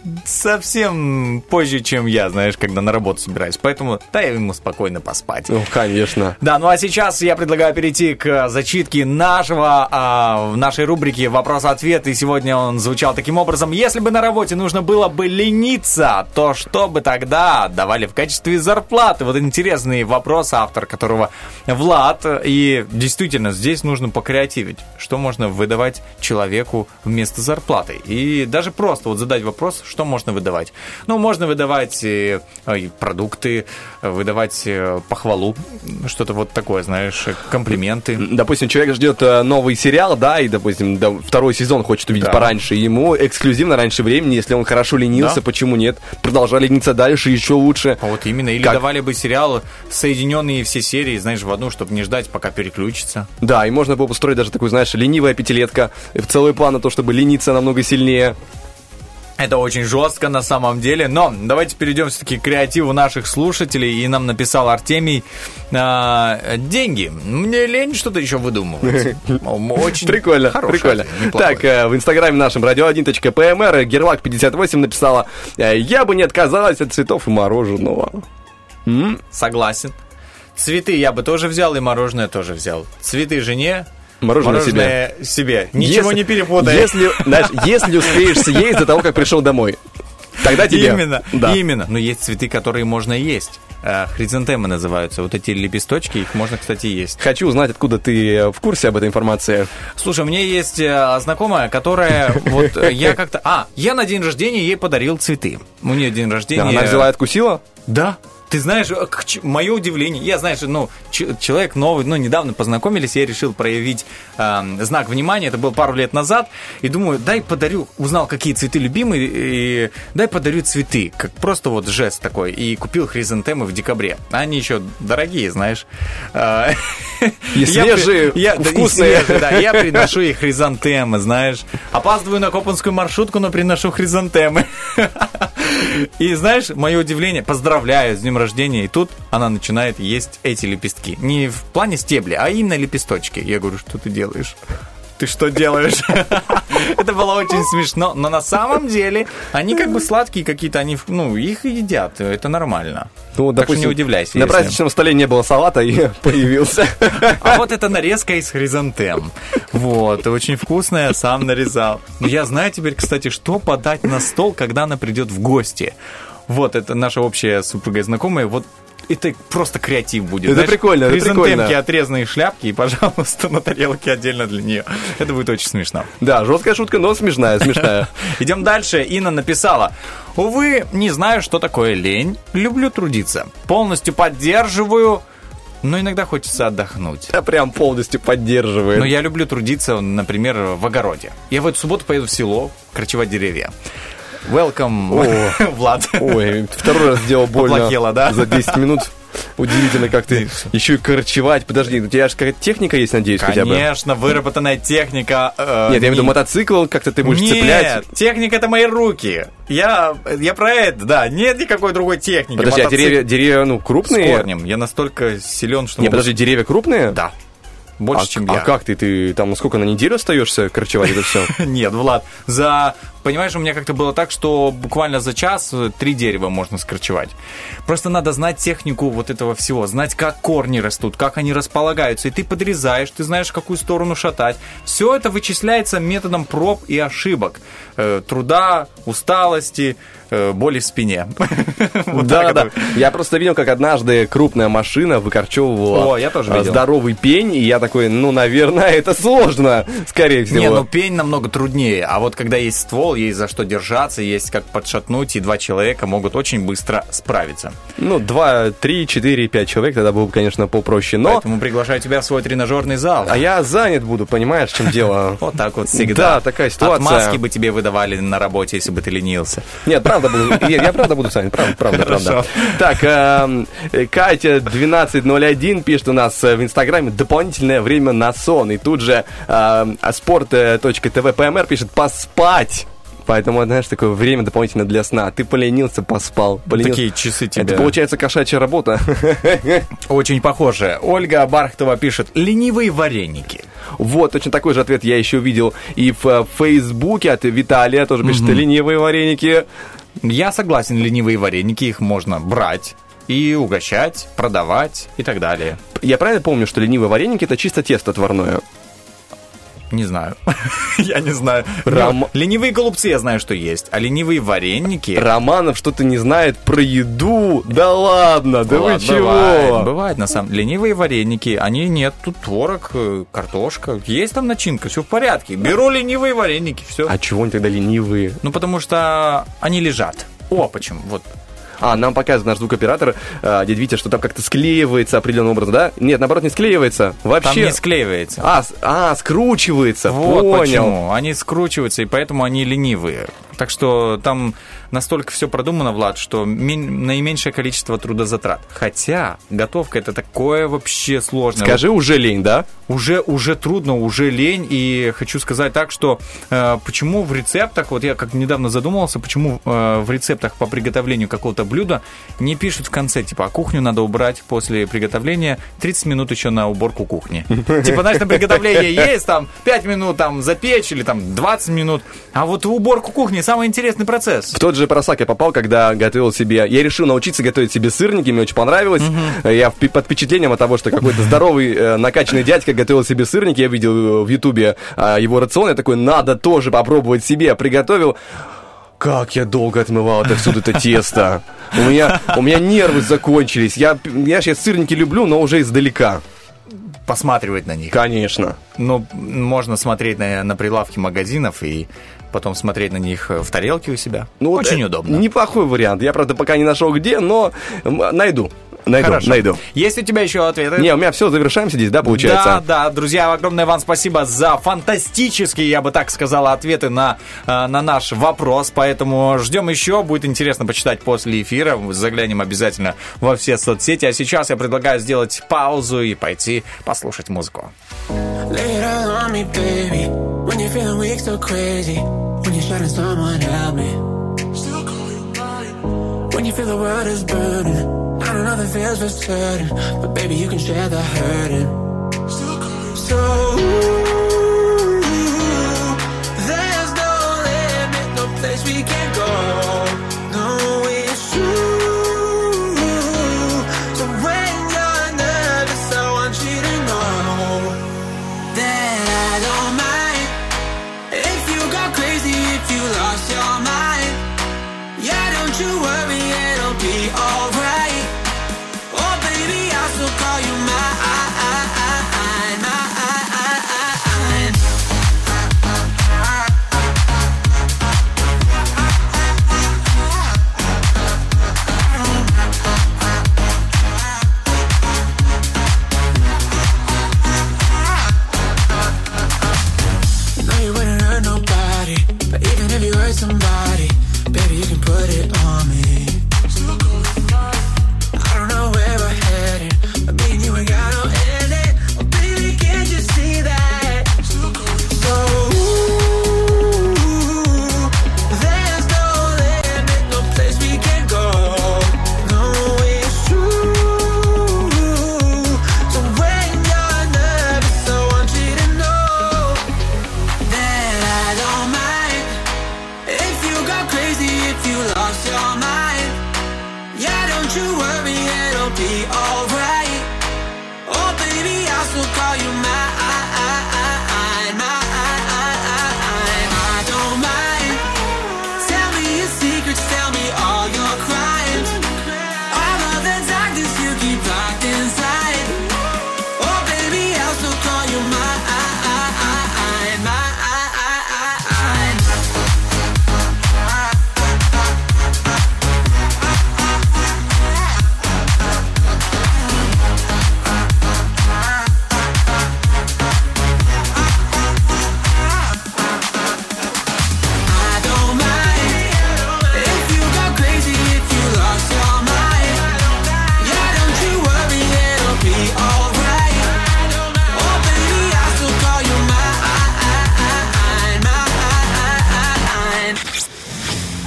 совсем позже, чем я, знаешь, когда на работу собираюсь. Поэтому дай ему спокойно поспать. Ну, конечно. Да, ну а сейчас я предлагаю перейти к зачитке нашего, а, нашей рубрики «Вопрос-ответ». И сегодня он звучал таким образом. Если бы на работе нужно было бы лениться, то что бы тогда давали в качестве зарплаты? Вот интересный вопрос, автор которого Влад. И действительно, здесь нужно покреативить. Что можно выдавать человеку вместо зарплаты? И даже просто вот задать вопрос, что можно выдавать? Ну, можно выдавать э, продукты, выдавать э, похвалу, что-то вот такое, знаешь, комплименты. Допустим, человек ждет новый сериал, да, и, допустим, да, второй сезон хочет увидеть Да. пораньше. Ему эксклюзивно раньше времени, если он хорошо ленился, Да. почему нет? Продолжали лениться дальше, еще лучше. А вот именно. Или Как? давали бы сериалы, соединенные все серии, знаешь, в одну, чтобы не ждать, пока переключится. Да, и можно было бы устроить даже такую, знаешь, ленивая пятилетка, в целый план на то, чтобы лениться намного сильнее. Это очень жестко на самом деле, но давайте перейдем все-таки к креативу наших слушателей. И нам написал Артемий: а, деньги. Мне лень что-то еще выдумывать. Очень Прикольно, хороший прикольно. ответ, неплохой. Так, э, в инстаграме нашем радио один точка пи эм эр Герлак пятьдесят восемь написала: э, я бы не отказалась от цветов и мороженого. М? Согласен. Цветы я бы тоже взял, и мороженое тоже взял. Цветы жене, Мороженое мороженое себе. Ничего Если- не перепутай. Если, знаешь, если успеешь съесть до того, как пришел домой, тогда тебе... Именно, Да. именно. Но есть цветы, которые можно есть. Э, Хризантемы называются. Вот эти лепесточки, их можно, кстати, есть. Хочу узнать, откуда ты в курсе об этой информации. Слушай, у меня есть э, знакомая, которая вот э, я как-то... А, я на день рождения ей подарил цветы. У нее день рождения... Она взяла и откусила? Да. Ты знаешь, мое удивление, я, знаешь, ну, ч- человек новый, ну, недавно познакомились, я решил проявить э, знак внимания, это было пару лет назад, и думаю, дай подарю, узнал, какие цветы любимые, и дай подарю цветы, как просто вот жест такой, и купил хризантемы в декабре. Они еще дорогие, знаешь. Э, И я свежие, при- я- да, и вкусные. свежие, да, я приношу ей хризантемы, знаешь. Опаздываю на Копанскую маршрутку, но приношу хризантемы. И знаешь, мое удивление, поздравляю с днем рождения, и тут она начинает есть эти лепестки. Не в плане стебля, а именно лепесточки. Я говорю, что ты делаешь? Ты что делаешь? Это было очень смешно, но на самом деле они как бы сладкие какие-то, они, ну, их едят, это нормально. Ну, Так что не удивляйся, На если- праздничном столе не было салата, и появился. А вот это нарезка из хризантем. Вот, очень вкусная, сам нарезал. Но я знаю теперь, кстати, что подать на стол, когда она придет в гости. Вот, это наша общая с супругой знакомая. Вот это просто креатив будет. Это прикольно, это хризантемки, прикольно. отрезанные шляпки, и, пожалуйста, на тарелке отдельно для нее. Это будет очень смешно. Да, жесткая шутка, но смешная, смешная. Идем дальше. Инна написала: увы, не знаю, что такое лень. Люблю трудиться. Полностью поддерживаю, но иногда хочется отдохнуть. Я прям полностью поддерживаю. Но я люблю трудиться, например, в огороде. Я в эту субботу поеду в село корчевать деревья. Welcome, О. Влад. Ой, второй раз сделал больно. Поплохело, да? За десять минут. Удивительно, как ты еще и корчевать. Подожди, у тебя же какая-то техника есть, надеюсь, хотя бы? Конечно, выработанная техника. э, Нет, я имею в виду не- мотоцикл, как-то ты будешь Нет, цеплять. техника — это мои руки. Я, я про это, да. Нет никакой другой техники. Подожди, а Мотоцикл деревья, деревья, ну, крупные? с корнем. Я настолько силен, что Не, могу- подожди, деревья крупные? Да. Больше, а, чем а я. как ты? Ты там сколько, на неделю остаешься корчевать это все? Нет, Влад, за... Понимаешь, у меня как-то было так, что буквально за час три дерева можно скорчевать. Просто надо знать технику вот этого всего, знать, как корни растут, как они располагаются. И ты подрезаешь, ты знаешь, в какую сторону шатать. Все это вычисляется методом проб и ошибок. Э, труда, усталости, э, боли в спине. Вот Да, так да. это. Я просто видел, как однажды крупная машина выкорчевывала О, я тоже а, видел. здоровый пень, и я такой, ну, наверное, это сложно, скорее всего. Не, ну пень намного труднее. А вот когда есть ствол, есть за что держаться, есть как подшатнуть, и два человека могут очень быстро справиться. Ну, два, три, четыре, пять человек, тогда было бы, конечно, попроще, но... Поэтому приглашаю тебя в свой тренажерный зал. А я занят буду, понимаешь, в чем дело? Вот так вот всегда. Да, такая ситуация. Отмазки бы тебе выдавали на работе, если бы ты ленился. Нет, правда буду. Я, я правда буду занят, правда, правда, правда. Хорошо. Так, эм, Катя двенадцать ноль один пишет у нас в Инстаграме: дополнительное время на сон. И тут же эм, спорт точка тэ вэ пэ эм эр пишет: поспать. Поэтому, знаешь, такое время дополнительно для сна. Ты поленился, поспал. Поленился. Такие часы тебе. Это получается кошачья работа. Очень похоже. Ольга Бархтова пишет: ленивые вареники. Вот, точно такой же ответ я еще видел и в Фейсбуке от Виталия. Тоже пишет: Мгм. ленивые вареники. Я согласен, ленивые вареники, их можно брать и угощать, продавать и так далее. Я правильно помню, что ленивые вареники — это чисто тесто отварное? Не знаю. Я не знаю. Ром- Ну, ленивые голубцы я знаю, что есть, а ленивые вареники... Романов что-то не знает про еду. Да ладно, да вы Ладно, чего? Бывает, бывает, на самом деле. Ленивые вареники, они нет, тут творог, э, картошка, есть там начинка, все в порядке. Беру ленивые вареники, все. А чего они тогда ленивые? Ну, потому что они лежат. О, почему? Вот. А, нам показывает наш звукоператор, э, дядя Витя, что там как-то склеивается определенным образом, да? Нет, наоборот, не склеивается. Вообще. Там не склеивается. А, с- а скручивается, Вот понял. почему. Они скручиваются, и поэтому они ленивые. Так что там настолько все продумано, Влад, что мин- наименьшее количество трудозатрат. Хотя готовка — это такое вообще сложное. Скажи, уже лень, да? Уже, уже трудно, уже лень. И хочу сказать так, что э, почему в рецептах, вот я как недавно задумался, почему э, в рецептах по приготовлению какого-то блюда не пишут в конце, типа, а кухню надо убрать после приготовления тридцать минут еще на уборку кухни. Типа, знаешь, на приготовление есть там пять минут там запечь или там двадцать минут, а вот в уборку кухни самый интересный процесс. В тот же просак я попал, когда готовил себе... Я решил научиться готовить себе сырники, мне очень понравилось. Я в- под впечатлением от того, что какой-то здоровый, э, накачанный дядька готовил себе сырники. Я видел э, в Ютубе э, его рацион. Я такой, надо тоже попробовать себе. Приготовил. Как я долго отмывал отовсюду это тесто. У меня, у меня нервы закончились. Я, я сейчас сырники люблю, но уже издалека. Посматривать на них. Конечно. Ну, можно смотреть на, на прилавки магазинов и потом смотреть на них в тарелке у себя. Ну, Очень э, удобно. Неплохой вариант. Я, правда, пока не нашел где, но м, найду. Найду, Хорошо. найду. Есть у тебя еще ответы? Не, у меня все, завершаемся здесь, да, получается? Да, да, друзья, огромное вам спасибо за фантастические, я бы так сказал, ответы на, э, на наш вопрос, поэтому ждем еще, будет интересно почитать после эфира, заглянем обязательно во все соцсети, а сейчас я предлагаю сделать паузу и пойти послушать музыку. Lay it all on me, baby. When you're feeling weak, so crazy. When you're shouting, someone help me. Still call you mine. When you feel the world is burning. I don't know the feels for certain, but baby, you can share the hurting. Still call you so. Ooh, there's no limit, no place we can't go. No, it's true. So when you're nervous, I want you to know that I don't mind if you go crazy, if you lost your mind. Yeah, don't you worry, it'll be alright. Oh, baby, I'll still call you mine, mine, mine.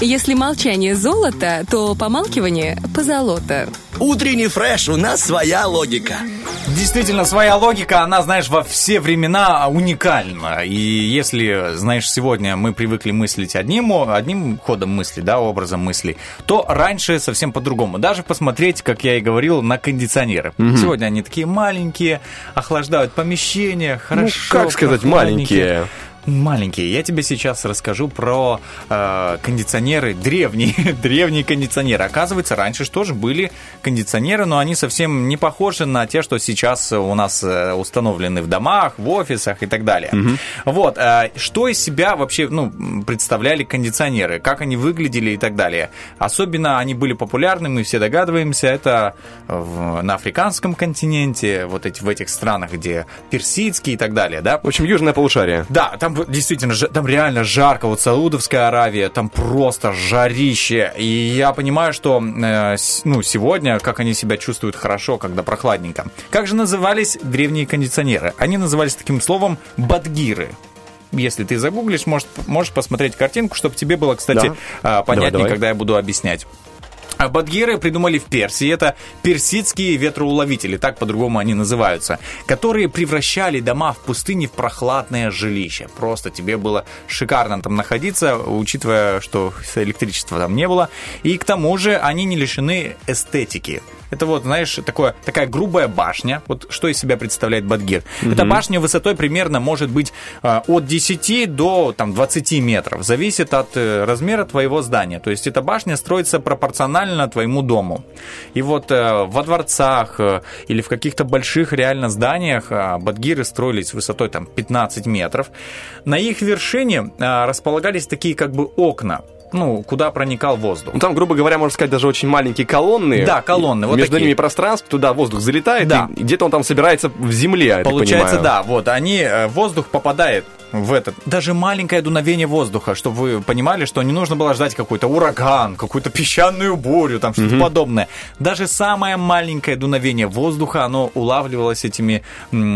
Если молчание золото, то помалкивание позолото. Утренний фреш, у нас своя логика. Действительно, своя логика, она, знаешь, во все времена уникальна. И если, знаешь, сегодня мы привыкли мыслить одним, одним ходом мысли, да, образом мыслей, то раньше совсем по-другому. Даже посмотреть, как я и говорил, на кондиционеры. Угу. Сегодня они такие маленькие, охлаждают помещения, хорошо. Ну, как сказать, маленькие? Маленькие. Я тебе сейчас расскажу про э, кондиционеры, древние, древние кондиционеры. Оказывается, раньше тоже были кондиционеры, но они совсем не похожи на те, что сейчас у нас установлены в домах, в офисах и так далее. Mm-hmm. Вот. Э, что из себя вообще ну, представляли кондиционеры, как они выглядели и так далее. Особенно они были популярны, мы все догадываемся, это в, на африканском континенте, вот эти, в этих странах, где персидские и так далее, да? В общем, южное полушарие. Да, там действительно, там реально жарко. Вот Саудовская Аравия, там просто жарище. И я понимаю, что э, ну, сегодня, как они себя чувствуют хорошо, когда прохладненько. Как же назывались древние кондиционеры? Они назывались таким словом бадгиры. Если ты загуглишь, можешь, можешь посмотреть картинку, чтобы тебе было, кстати, да. понятнее, давай, давай. когда я буду объяснять. Бадгиры придумали в Персии. Это персидские ветроуловители, так по-другому они называются, которые превращали дома в пустыне в прохладное жилище. Просто тебе было шикарно там находиться, учитывая, что электричества там не было. И к тому же они не лишены эстетики. Это вот, знаешь, такое, такая грубая башня. Вот что из себя представляет Бадгир. Mm-hmm. Эта башня высотой примерно может быть э, от десяти до там, двадцати метров. Зависит от э, размера твоего здания. То есть эта башня строится пропорционально твоему дому. И вот э, во дворцах э, или в каких-то больших реально зданиях э, Бадгиры строились высотой там, пятнадцать метров. На их вершине э, располагались такие как бы окна. Ну, куда проникал воздух. Ну, там, грубо говоря, можно сказать, даже очень маленькие колонны. Да, колонны. Вот между такие. ними пространство, туда воздух залетает, да. и где-то он там собирается в земле, я Получается, так понимаю. да. Вот, они, воздух попадает в этот, даже маленькое дуновение воздуха, чтобы вы понимали, что не нужно было ждать какой-то ураган, какую-то песчаную бурю, там что-то mm-hmm. подобное. Даже самое маленькое дуновение воздуха, оно улавливалось этими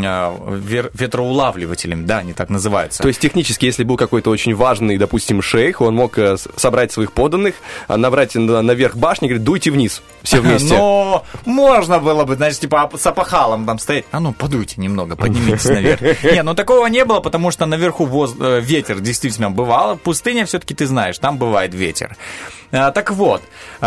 э, ветроулавливателями, да, они так называются. То есть технически, если был какой-то очень важный, допустим, шейх, он мог собрать своих подданных, набрать наверх башни и говорить, дуйте вниз, все вместе. Но можно было бы, значит, типа с опахалом там стоять, а ну подуйте немного, поднимитесь наверх. Не, ну такого не было, потому что наверх Вверху воз... ветер действительно бывало. Пустыня все-таки ты знаешь, там бывает ветер. А, так вот,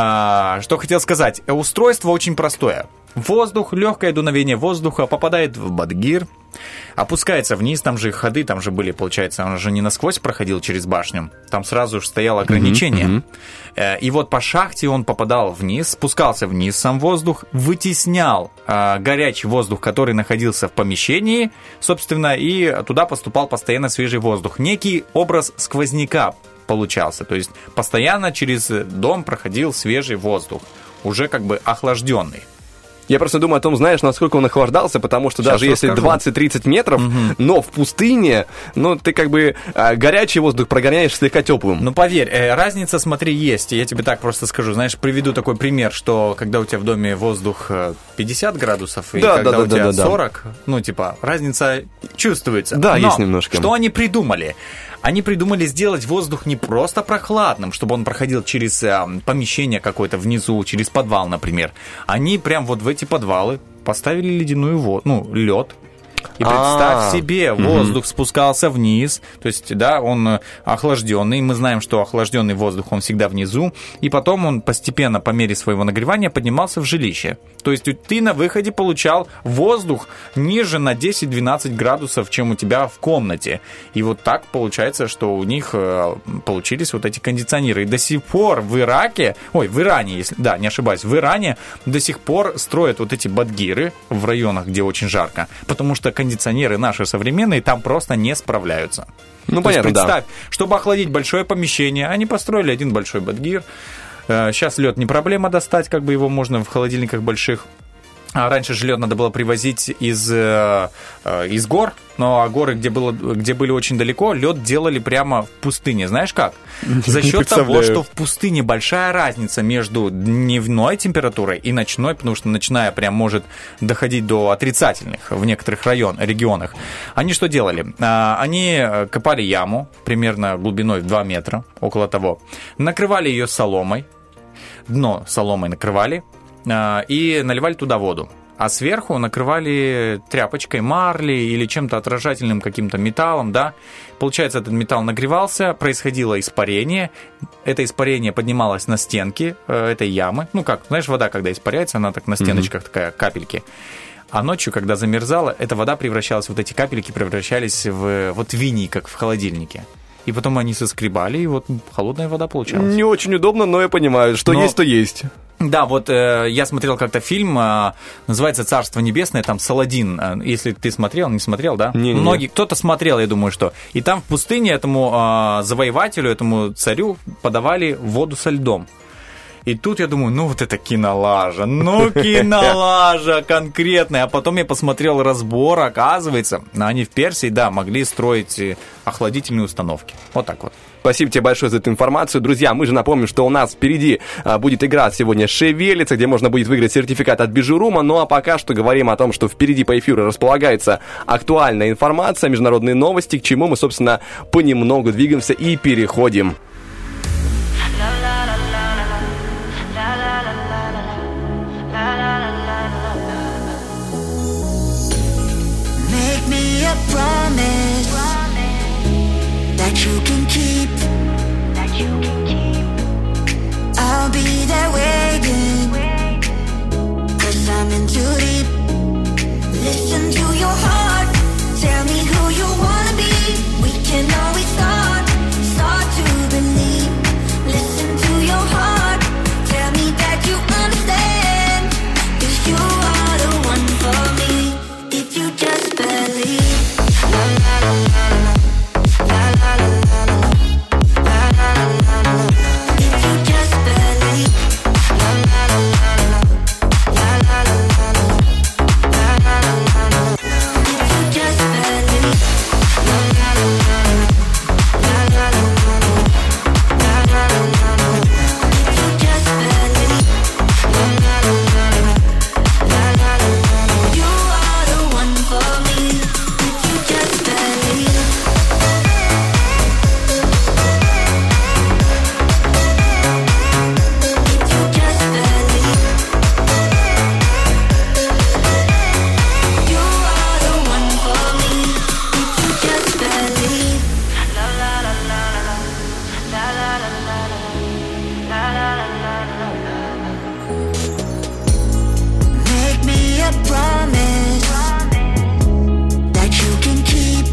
а, что хотел сказать. Устройство очень простое. Воздух, легкое дуновение воздуха попадает в Бадгир, опускается вниз, там же ходы, там же были, получается, он же не насквозь проходил через башню, там сразу же стояло ограничение. Mm-hmm, mm-hmm. И вот по шахте он попадал вниз, спускался вниз сам воздух, вытеснял а, горячий воздух, который находился в помещении, собственно, и туда поступал постоянно свежий воздух. Некий образ сквозняка получался, то есть постоянно через дом проходил свежий воздух, уже как бы охлажденный. Я просто думаю о том, знаешь, насколько он охлаждался, потому что сейчас даже если двадцать-тридцать метров, угу. но в пустыне, ну, ты как бы а, горячий воздух прогоняешь слегка теплым. Ну, поверь, э, разница, смотри, есть. Я тебе так просто скажу. Знаешь, приведу такой пример, что когда у тебя в доме воздух пятьдесят градусов, и да, когда да, у да, тебя да, сорок, да. ну, типа, разница чувствуется. Да, но есть немножко. Что они придумали? Они придумали сделать воздух не просто прохладным, чтобы он проходил через э, помещение какое-то внизу, через подвал, например. Они прям вот в эти подвалы поставили ледяную воду, ну, лед. И представь А-а-а. себе, воздух mm-hmm. спускался вниз, то есть, да, он охлажденный, мы знаем, что охлажденный воздух, он всегда внизу, и потом он постепенно, по мере своего нагревания, поднимался в жилище. То есть ты на выходе получал воздух ниже на десять-двенадцать градусов, чем у тебя в комнате. И вот так получается, что у них получились вот эти кондиционеры. И до сих пор в Ираке, ой, в Иране, если, да, не ошибаюсь, в Иране до сих пор строят вот эти бадгиры в районах, где очень жарко, потому что кондиционеры наши современные там просто не справляются. Ну, То понятно, есть, представь, да. чтобы охладить большое помещение, они построили один большой бадгир. Сейчас лед не проблема достать, как бы его можно в холодильниках больших А раньше же лед надо было привозить из, э, из гор, но горы, где, было, где были очень далеко, лед делали прямо в пустыне. Знаешь как? За счет того, что в пустыне большая разница между дневной температурой и ночной, потому что ночная прям может доходить до отрицательных в некоторых районах, регионах. Они что делали? Они копали яму примерно глубиной в два метра, около того, накрывали ее соломой, дно соломой накрывали, и наливали туда воду. А сверху накрывали тряпочкой, марли или чем-то отражательным каким-то металлом, да. Получается, этот металл нагревался, происходило испарение. Это испарение поднималось на стенки э, этой ямы. Ну как, знаешь, вода, когда испаряется, она так на стеночках, mm-hmm. такая, капельки. А ночью, когда замерзала, эта вода превращалась, вот эти капельки превращались в вот винии, как в холодильнике. И потом они соскребали, и вот холодная вода получалась. Не очень удобно, но я понимаю, что но... есть, то есть. Да, вот э, я смотрел как-то фильм, э, называется «Царство небесное», там Саладин. Э, если ты смотрел, не смотрел, да? Не, не, Многие, не. кто-то смотрел, я думаю, что. И там в пустыне этому э, завоевателю, этому царю подавали воду со льдом. И тут я думаю, ну вот это кинолажа, ну кинолажа конкретная. А потом я посмотрел разбор, оказывается, они в Персии, да, могли строить охладительные установки. Вот так вот. Спасибо тебе большое за эту информацию. Друзья, мы же напомним, что у нас впереди а, будет игра сегодня «Шевелится», где можно будет выиграть сертификат от Бижурума. Ну а пока что говорим о том, что впереди по эфиру располагается актуальная информация, международные новости, к чему мы, собственно, понемногу двигаемся и переходим. Make me a promise that you can keep. I'll be there waiting, 'cause I'm in too deep. Listen to your heart, tell me who you wanna be. We can always start, start to believe. Listen to your heart, tell me that you understand, 'cause you are the one for me. If you just believe. La la la la la. La la la la la. La la la la la. If you just believe. La la la la la. La la la la la. La la la la la. If you just believe. La la la la la. La la la la la. La la la la la. If you just believe. La la la la la. La la la la la. You are the one for me. If you just believe. Make me a promise that you can keep.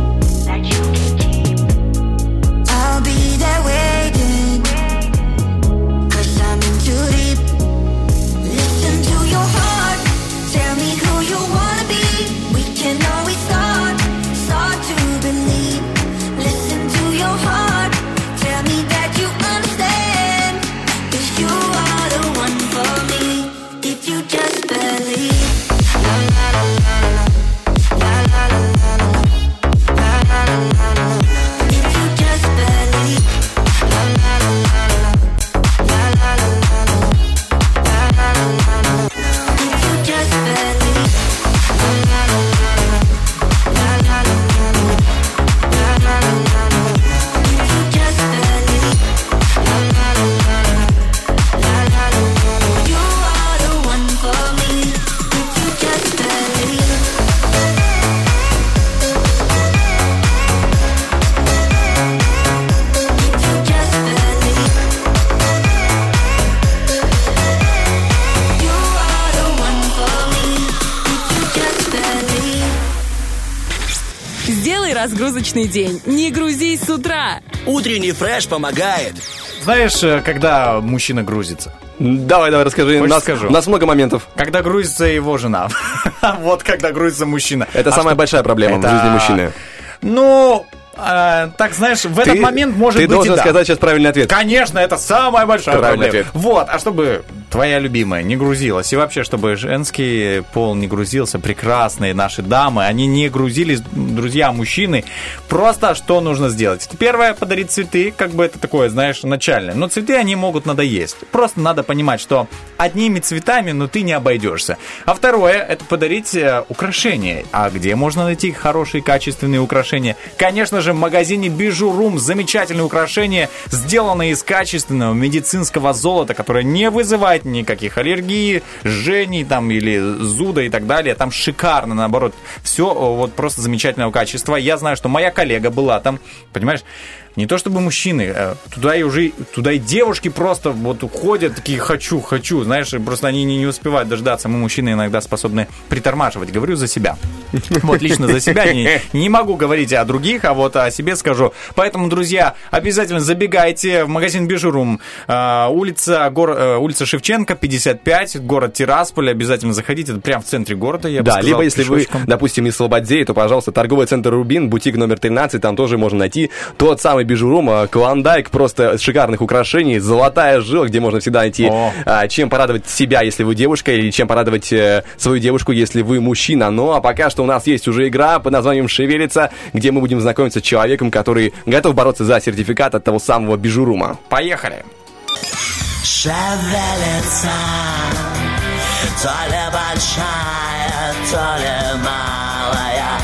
I'll be there waiting, 'cause I'm in too deep. Listen to your heart, tell me who you wanna be. We can always start, start to believe. Listen to your heart, tell me that you understand, 'cause you are the one for me. If you just believe. La la la la la. La la la la la. La la la la la. If you just believe. La la la la la. La la la la la. La la la la la. If you just believe. La la la la la. La la la la la. La la la la la. If you just believe. La la la la la. La la la la la. You are the one for me. If you just believe. If you just believe. You are the one for me. If you just believe. Сделай разгрузочный день. Не грузись с утра. Утренний фреш помогает. Знаешь, когда мужчина грузится? Давай, давай, расскажи. Хочешь, Нас, скажу? У нас много моментов. Когда грузится его жена. Вот когда грузится мужчина. Это А самая что- большая проблема Это- в жизни мужчины. Ну, э, так знаешь, в этот момент может ты быть должен и да. сказать сейчас правильный ответ. Конечно, это самая большая Правильный проблема. ответ. Вот, а чтобы твоя любимая, не грузилась. И вообще, чтобы женский пол не грузился, прекрасные наши дамы, они не грузились, друзья, мужчины. Просто что нужно сделать? Первое, подарить цветы, как бы это такое, знаешь, начальное. Но цветы, они могут надоесть. Просто надо понимать, что одними цветами, ну, ты не обойдешься. А второе, это подарить э, украшения. А где можно найти хорошие, качественные украшения? Конечно же, в магазине Bijou-Room замечательные украшения, сделанные из качественного медицинского золота, которое не вызывает никаких аллергий, жжений там или зуда и так далее. Там шикарно, наоборот, все вот просто замечательного качества. Я знаю, что моя коллега была там, понимаешь, не то чтобы мужчины, туда и уже туда и девушки просто вот уходят, такие хочу, хочу, знаешь, просто они не, не успевают дождаться. Мы, мужчины, иногда способны притормаживать. Говорю за себя. Вот лично за себя не, не могу говорить о других, а вот о себе скажу. Поэтому, друзья, обязательно забегайте в магазин Bijou-Room, улица, гор, улица Шевченко, пятьдесят пять, город Тирасполь. Обязательно заходите, это прямо в центре города, я бы да, сказал. Либо если пешочком. вы, допустим, из Слободзей, то, пожалуйста, торговый центр Рубин, бутик номер тринадцать, там тоже можно найти тот самый Bijou-Room, клондайк просто шикарных украшений, золотая жила, где можно всегда найти, а, чем порадовать себя, если вы девушка, или чем порадовать э, свою девушку, если вы мужчина. Ну, а пока что у нас есть уже игра под названием «Шевелится», где мы будем знакомиться с человеком, который готов бороться за сертификат от того самого Bijou-Room. Поехали! Шевелится, то ли большая, то ли малая.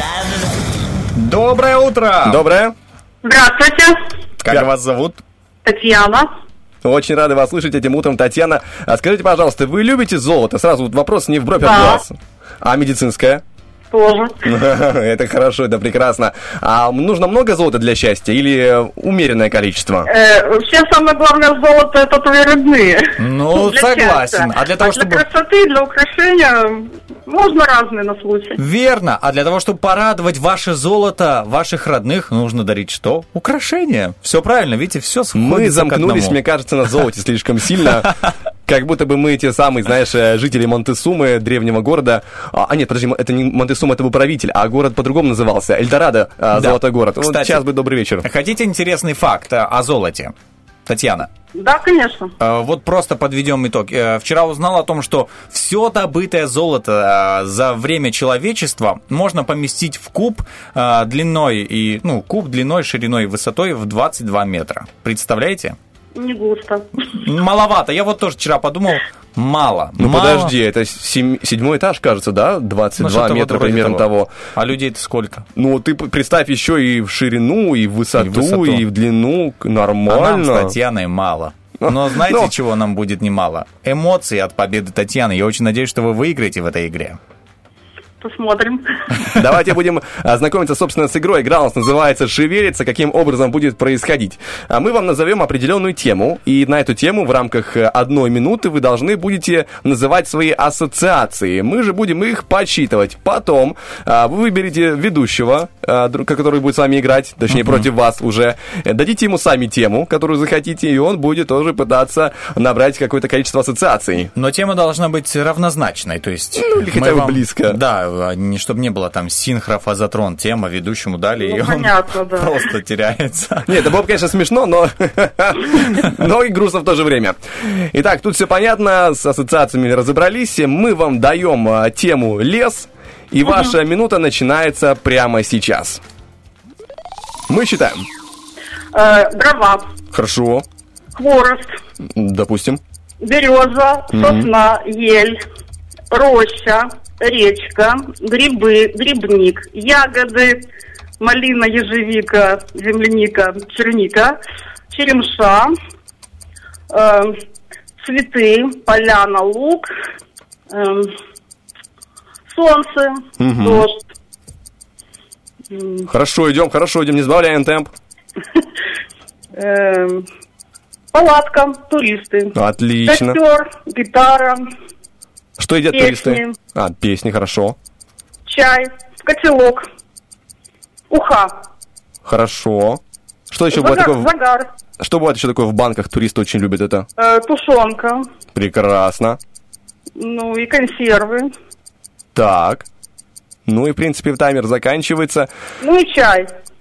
Шевелится. Доброе утро! Доброе! Здравствуйте. Как Да. вас зовут? Татьяна. Очень рады вас слышать этим утром, Татьяна. А скажите, пожалуйста, вы любите золото? Сразу вот вопрос не в бровь, а в Да. глаз. А медицинское? Тоже. Это хорошо, это прекрасно. А нужно много золота для счастья или умеренное количество? Э, вообще самое главное золото — это твои родные. Ну, Для согласен. счастья. А для того, чтобы... для красоты, для украшения можно разные на случай. Верно. А для того, чтобы порадовать ваше золото, ваших родных, нужно дарить что? Украшения. Все правильно, видите, все сходится Мы к замкнулись, одному. мне кажется, на золоте слишком сильно. Как будто бы мы те самые, знаешь, жители Монтесумы, древнего города. А, а нет, подожди, это не Монтесума, это был правитель, а город по-другому назывался. Эльдорадо, а, Да. золотой город. Вот Кстати, сейчас будет добрый вечер. Хотите интересный факт а, о золоте? Татьяна. Да, конечно. Э, Вот просто подведем итог. Э, Вчера узнал о том, что все добытое золото э, за время человечества можно поместить в куб э, длиной и ну куб длиной, шириной и высотой в двадцать два метра. Представляете? Не густо. Маловато. Я вот тоже вчера подумал, мало. Ну Мало. подожди, это сем- седьмой этаж, кажется, да? двадцать Ну, два что-то вот метра вроде примерно того. того. А людей-то сколько? Ну, ты п- представь еще и в ширину, и в высоту, и, И в высоту. в длину. А Нормально. нам с Татьяной мало. Но знаете, Ну. чего нам будет немало? Эмоции от победы Татьяны. Я очень надеюсь, что вы выиграете в этой игре. Посмотрим. Давайте будем а, знакомиться, собственно, с игрой. Игра у нас называется «Шевелится», каким образом будет происходить. А мы вам назовем определенную тему, и на эту тему в рамках э, одной минуты вы должны будете называть свои ассоциации. Мы же будем их подсчитывать. Потом а, вы выберете ведущего, а, дру- который будет с вами играть, точнее, Мгм. против вас уже. Э, Дадите ему сами тему, которую захотите, и он будет тоже пытаться набрать какое-то количество ассоциаций. Но тема должна быть равнозначной, то есть... Ну, или хотя мы бы вам- близко. Да, а не, чтобы не было там синхрофазотрон тема, ведущему дали, Ну, и он понятно, да. просто теряется. Нет, это было бы, конечно, смешно, но, но и грустно в то же время. Итак, тут все понятно, с ассоциациями разобрались. Мы вам даем а, тему «Лес», и ваша минута начинается прямо сейчас. Мы считаем. Э, дрова, Хорошо. хворост, Допустим. береза, Мгм. сосна, ель, роща, речка, грибы, грибник, ягоды, малина, ежевика, земляника, черника, черемша, э, цветы, поляна, луг, э, солнце, Мгм. дождь. М, Хорошо, идем, хорошо, идем, не сбавляем темп. э, палатка, туристы. Отлично. Костер, гитара, Что едят Песни. туристы? А, песни, хорошо. чай, котелок, уха. Хорошо. Что еще бывает Загар, такое? в- загар, Что бывает еще такое в банках? Туристы очень любят это. э, тушенка, Прекрасно. ну и консервы, Так. Ну и, в принципе, таймер заканчивается. ну и чай.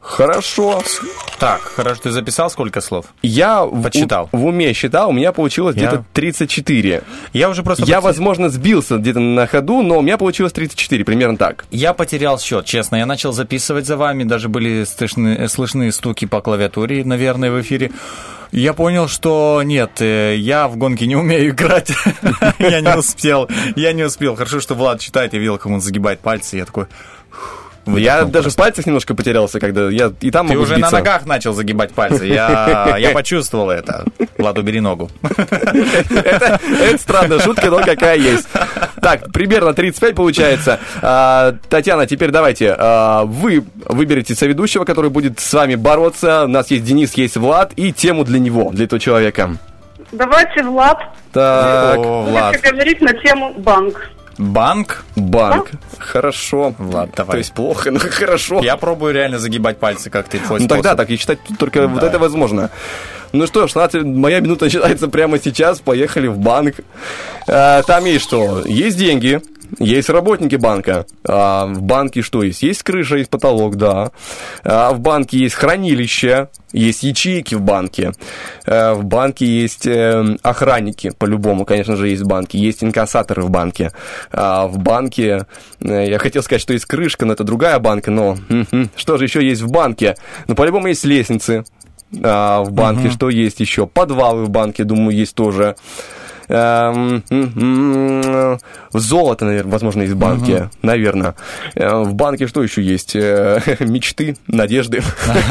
Хорошо. Так, хорошо, ты записал сколько слов? Я Подсчитал. В, в уме считал, у меня получилось Я- где-то тридцать четыре. Я уже просто... Я, поте- возможно, сбился где-то на ходу, но у меня получилось тридцать четыре, примерно так. Я потерял счет, честно. Я начал записывать за вами, даже были слышны, слышны стуки по клавиатуре, наверное, в эфире. Я понял, что нет, э, я в гонки не умею играть. Я не успел. Я не успел. Хорошо, что Влад читает, я видел, как он загибает пальцы. Я такой... Я даже в пальцах немножко потерялся, когда я и там Ты могу уже сбиться. на ногах начал загибать пальцы. Я, я почувствовал это. Влад, убери ногу. Это, это странная шутка, но какая есть. Так, примерно тридцать пять получается. А, Татьяна, теперь давайте. А, вы выберете соведущего, который будет с вами бороться. У нас есть Денис, есть Влад. И тему для него, для этого человека. Давайте, Влад, Так, О, Влад. будете говорить на тему банк. Банк? Банк. Хорошо. Влад, давай. То есть плохо, но хорошо. Я пробую реально загибать пальцы, как ты, твой Ну тогда способ. так, и считать тут только вот Да. это возможно. Ну что ж, шестнадцать, моя минута начинается прямо сейчас. Поехали в банк. А, там есть что? Есть деньги, есть работники банка. А, в банке что есть? Есть крыша, есть потолок, да. А, в банке есть хранилище, есть ячейки в банке. А, в банке есть э, охранники, по-любому, конечно же, есть в банке. Есть инкассаторы в банке. А, в банке, э, я хотел сказать, что есть крышка, но это другая банка, но м-м, что же еще есть в банке? Ну, по-любому есть лестницы. А, в банке, Мгм. что есть еще? Подвалы в банке, думаю, есть тоже. Эм, м-м, Золото, наверное, возможно, есть в банке, Мгм. наверное. Э, В банке что еще есть? Э, Мечты, надежды,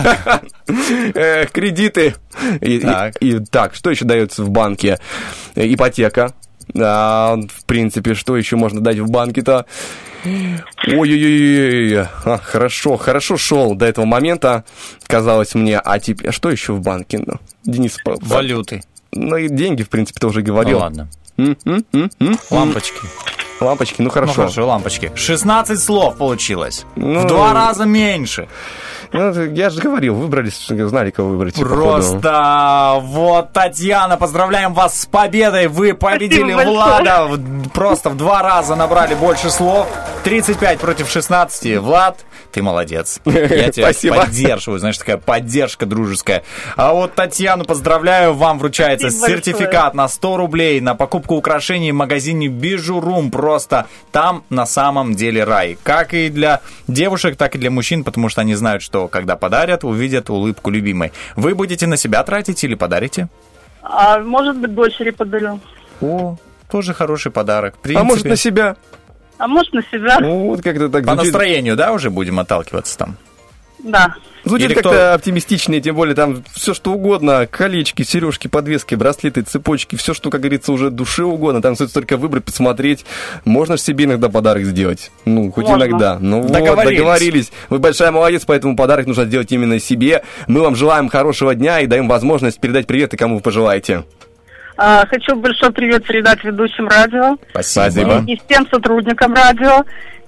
Э, кредиты. И- и- Так. И так, что еще дается в банке? Э, Ипотека. А, в принципе, что еще можно дать в банке-то? Ой-ой-ой, а, хорошо, хорошо шел до этого момента, казалось мне. А теперь, что еще в банке? Ну, Денис, по- Валюты. ну и деньги, в принципе, ты уже говорил. Ну ладно. М-м-м-м. Лампочки. Лампочки, ну хорошо. Ну хорошо, лампочки. шестнадцать слов получилось. Ну, В два раза меньше. Ну, я же говорил, выбрали, знали, кого выбрать. походу. Просто вот, Татьяна, поздравляем вас с победой. Вы победили Спасибо Влада. В- Просто в два раза набрали больше слов. тридцать пять против шестнадцати. Влад, ты молодец. Я тебя Спасибо. поддерживаю. Знаешь, такая поддержка дружеская. А вот Татьяну поздравляю. Вам вручается Спасибо сертификат на сто рублей на покупку украшений в магазине Бижурум. Просто там на самом деле рай. Как и для девушек, так и для мужчин, потому что они знают, что когда подарят, увидят улыбку любимой. Вы будете на себя тратить или подарите? А может быть, дочери подарю. О, тоже хороший подарок. В А принципе, может, на себя? А может, на себя. Ну, вот как-то так по звучит. настроению, да, уже будем отталкиваться там? Да. Звучит Или как-то кто- оптимистичнее, тем более там все что угодно. Колечки, сережки, подвески, браслеты, цепочки. Все, что, как говорится, уже душе угодно. Там стоит только выбрать, посмотреть. Можно же себе иногда подарок сделать. Ну, хоть Можно. иногда. Ну вот, Договорились. договорились. Вы большая молодец, поэтому подарок нужно сделать именно себе. Мы вам желаем хорошего дня и даем возможность передать привет и кому вы пожелаете. А, хочу большой привет передать ведущим радио Спасибо. и всем сотрудникам радио.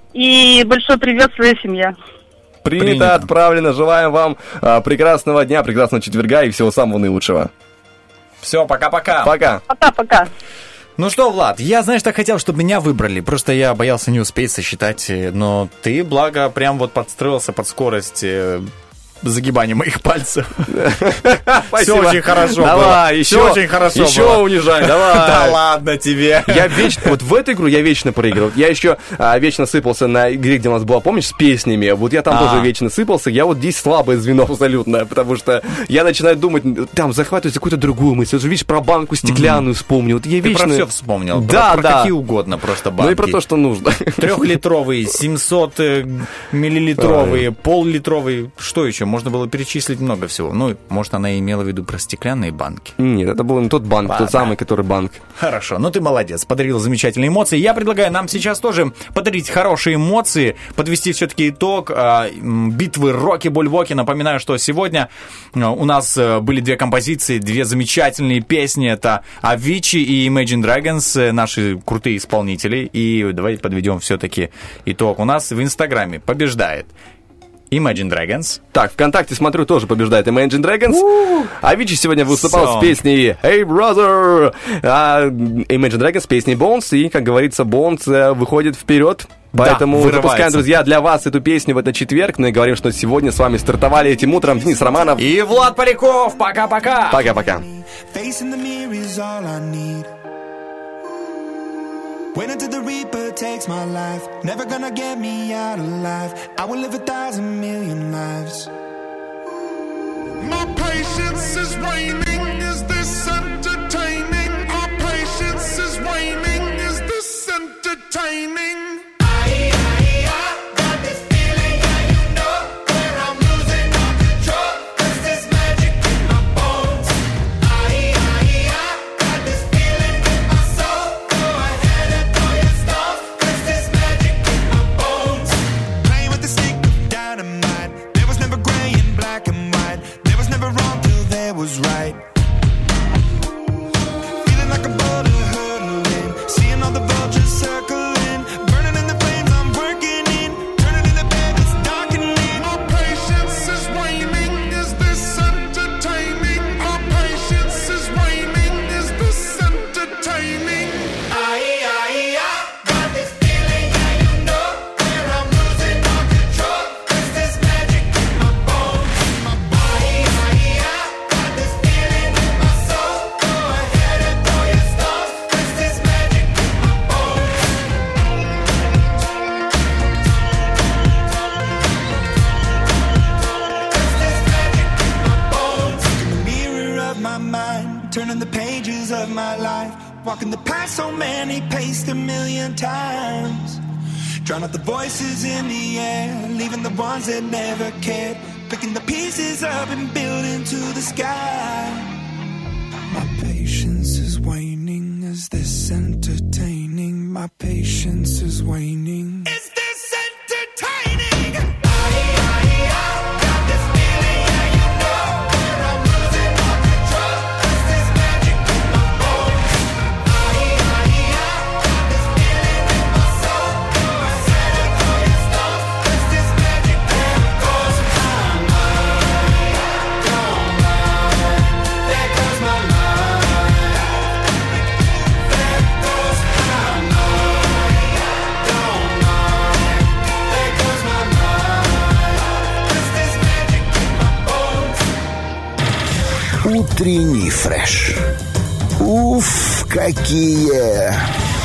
И большой привет своей семье. Принято, Принято. отправлено. Желаем вам а, прекрасного дня, прекрасного четверга и всего самого наилучшего. Все, пока-пока. Пока. Пока-пока. Ну что, Влад, я, знаешь, так хотел, чтобы меня выбрали. Просто я боялся не успеть сосчитать. э, Но ты, благо, прям вот подстроился под скорость э, загибания моих пальцев. Все Спасибо. очень хорошо Давай, было. еще, Все очень хорошо еще было. унижай, давай. Да ладно тебе. Я вечно, вот в эту игру я вечно проигрывал. Я еще а, вечно сыпался на игре, где у нас была, помнишь, с песнями. Вот я там А. тоже вечно сыпался. Я вот здесь слабое звено абсолютно, потому что я начинаю думать, там захватывать какую-то другую мысль. Вот же, видишь, про банку стеклянную вспомнил. Вот я Ты вечно... про все вспомнил. Да, про, да. Про какие угодно просто банки. Ну и про то, что нужно. Трехлитровый, семьсот э, миллилитровые, пол-литровый. Что еще? Можно было перечислить много всего. Ну, может, она имела в виду про стеклянные банки. Нет, это был не тот банк, Ладно. тот самый, который банк. Хорошо, ну ты молодец, подарил замечательные эмоции. Я предлагаю нам сейчас тоже подарить хорошие эмоции, подвести все-таки итог а, м, битвы Рокки-Бульбоки. Напоминаю, что сегодня а, у нас а, были две композиции, две замечательные песни. Это Avicii и Imagine Dragons, э, наши крутые исполнители. И давайте подведем все-таки итог. У нас в Инстаграме побеждает Imagine Dragons. Так, ВКонтакте, смотрю, тоже побеждает Imagine Dragons. Avicii сегодня выступал Всё. с песней Hey Brother. А Imagine Dragons с песней Bones. И, как говорится, Bones э, выходит вперед. Поэтому Да, запускаем, друзья, для вас эту песню в этот четверг. Мы говорим, что сегодня с вами стартовали этим утром Денис Романов и Влад Поляков. Пока-пока. Пока-пока. Facing the mirror is all I need. Wait until the Reaper takes my life. Never gonna get me out alive. I will live a thousand million lives. My patience is waning. Is this entertaining? Our patience is waning. Is this entertaining? Was right. Feeling like a boulder hurtling, seeing all the vultures circling, burning in the flames I'm working in, turning in the bed it's darkening. Our patience is waning. Is this entertaining? Our patience is waning. Is this entertaining? I, I, I got this feeling, yeah, you know, where I'm losing all control. There's this magic in my bones, in my body. I, I, I turning the pages of my life, walking the path so many paced a million times, drown out the voices in the air, leaving the ones that never cared, picking the pieces up and building to the sky. My patience is waning. Is this entertaining? My patience is waning. Is this entertaining? Утренний фреш. Уф, какие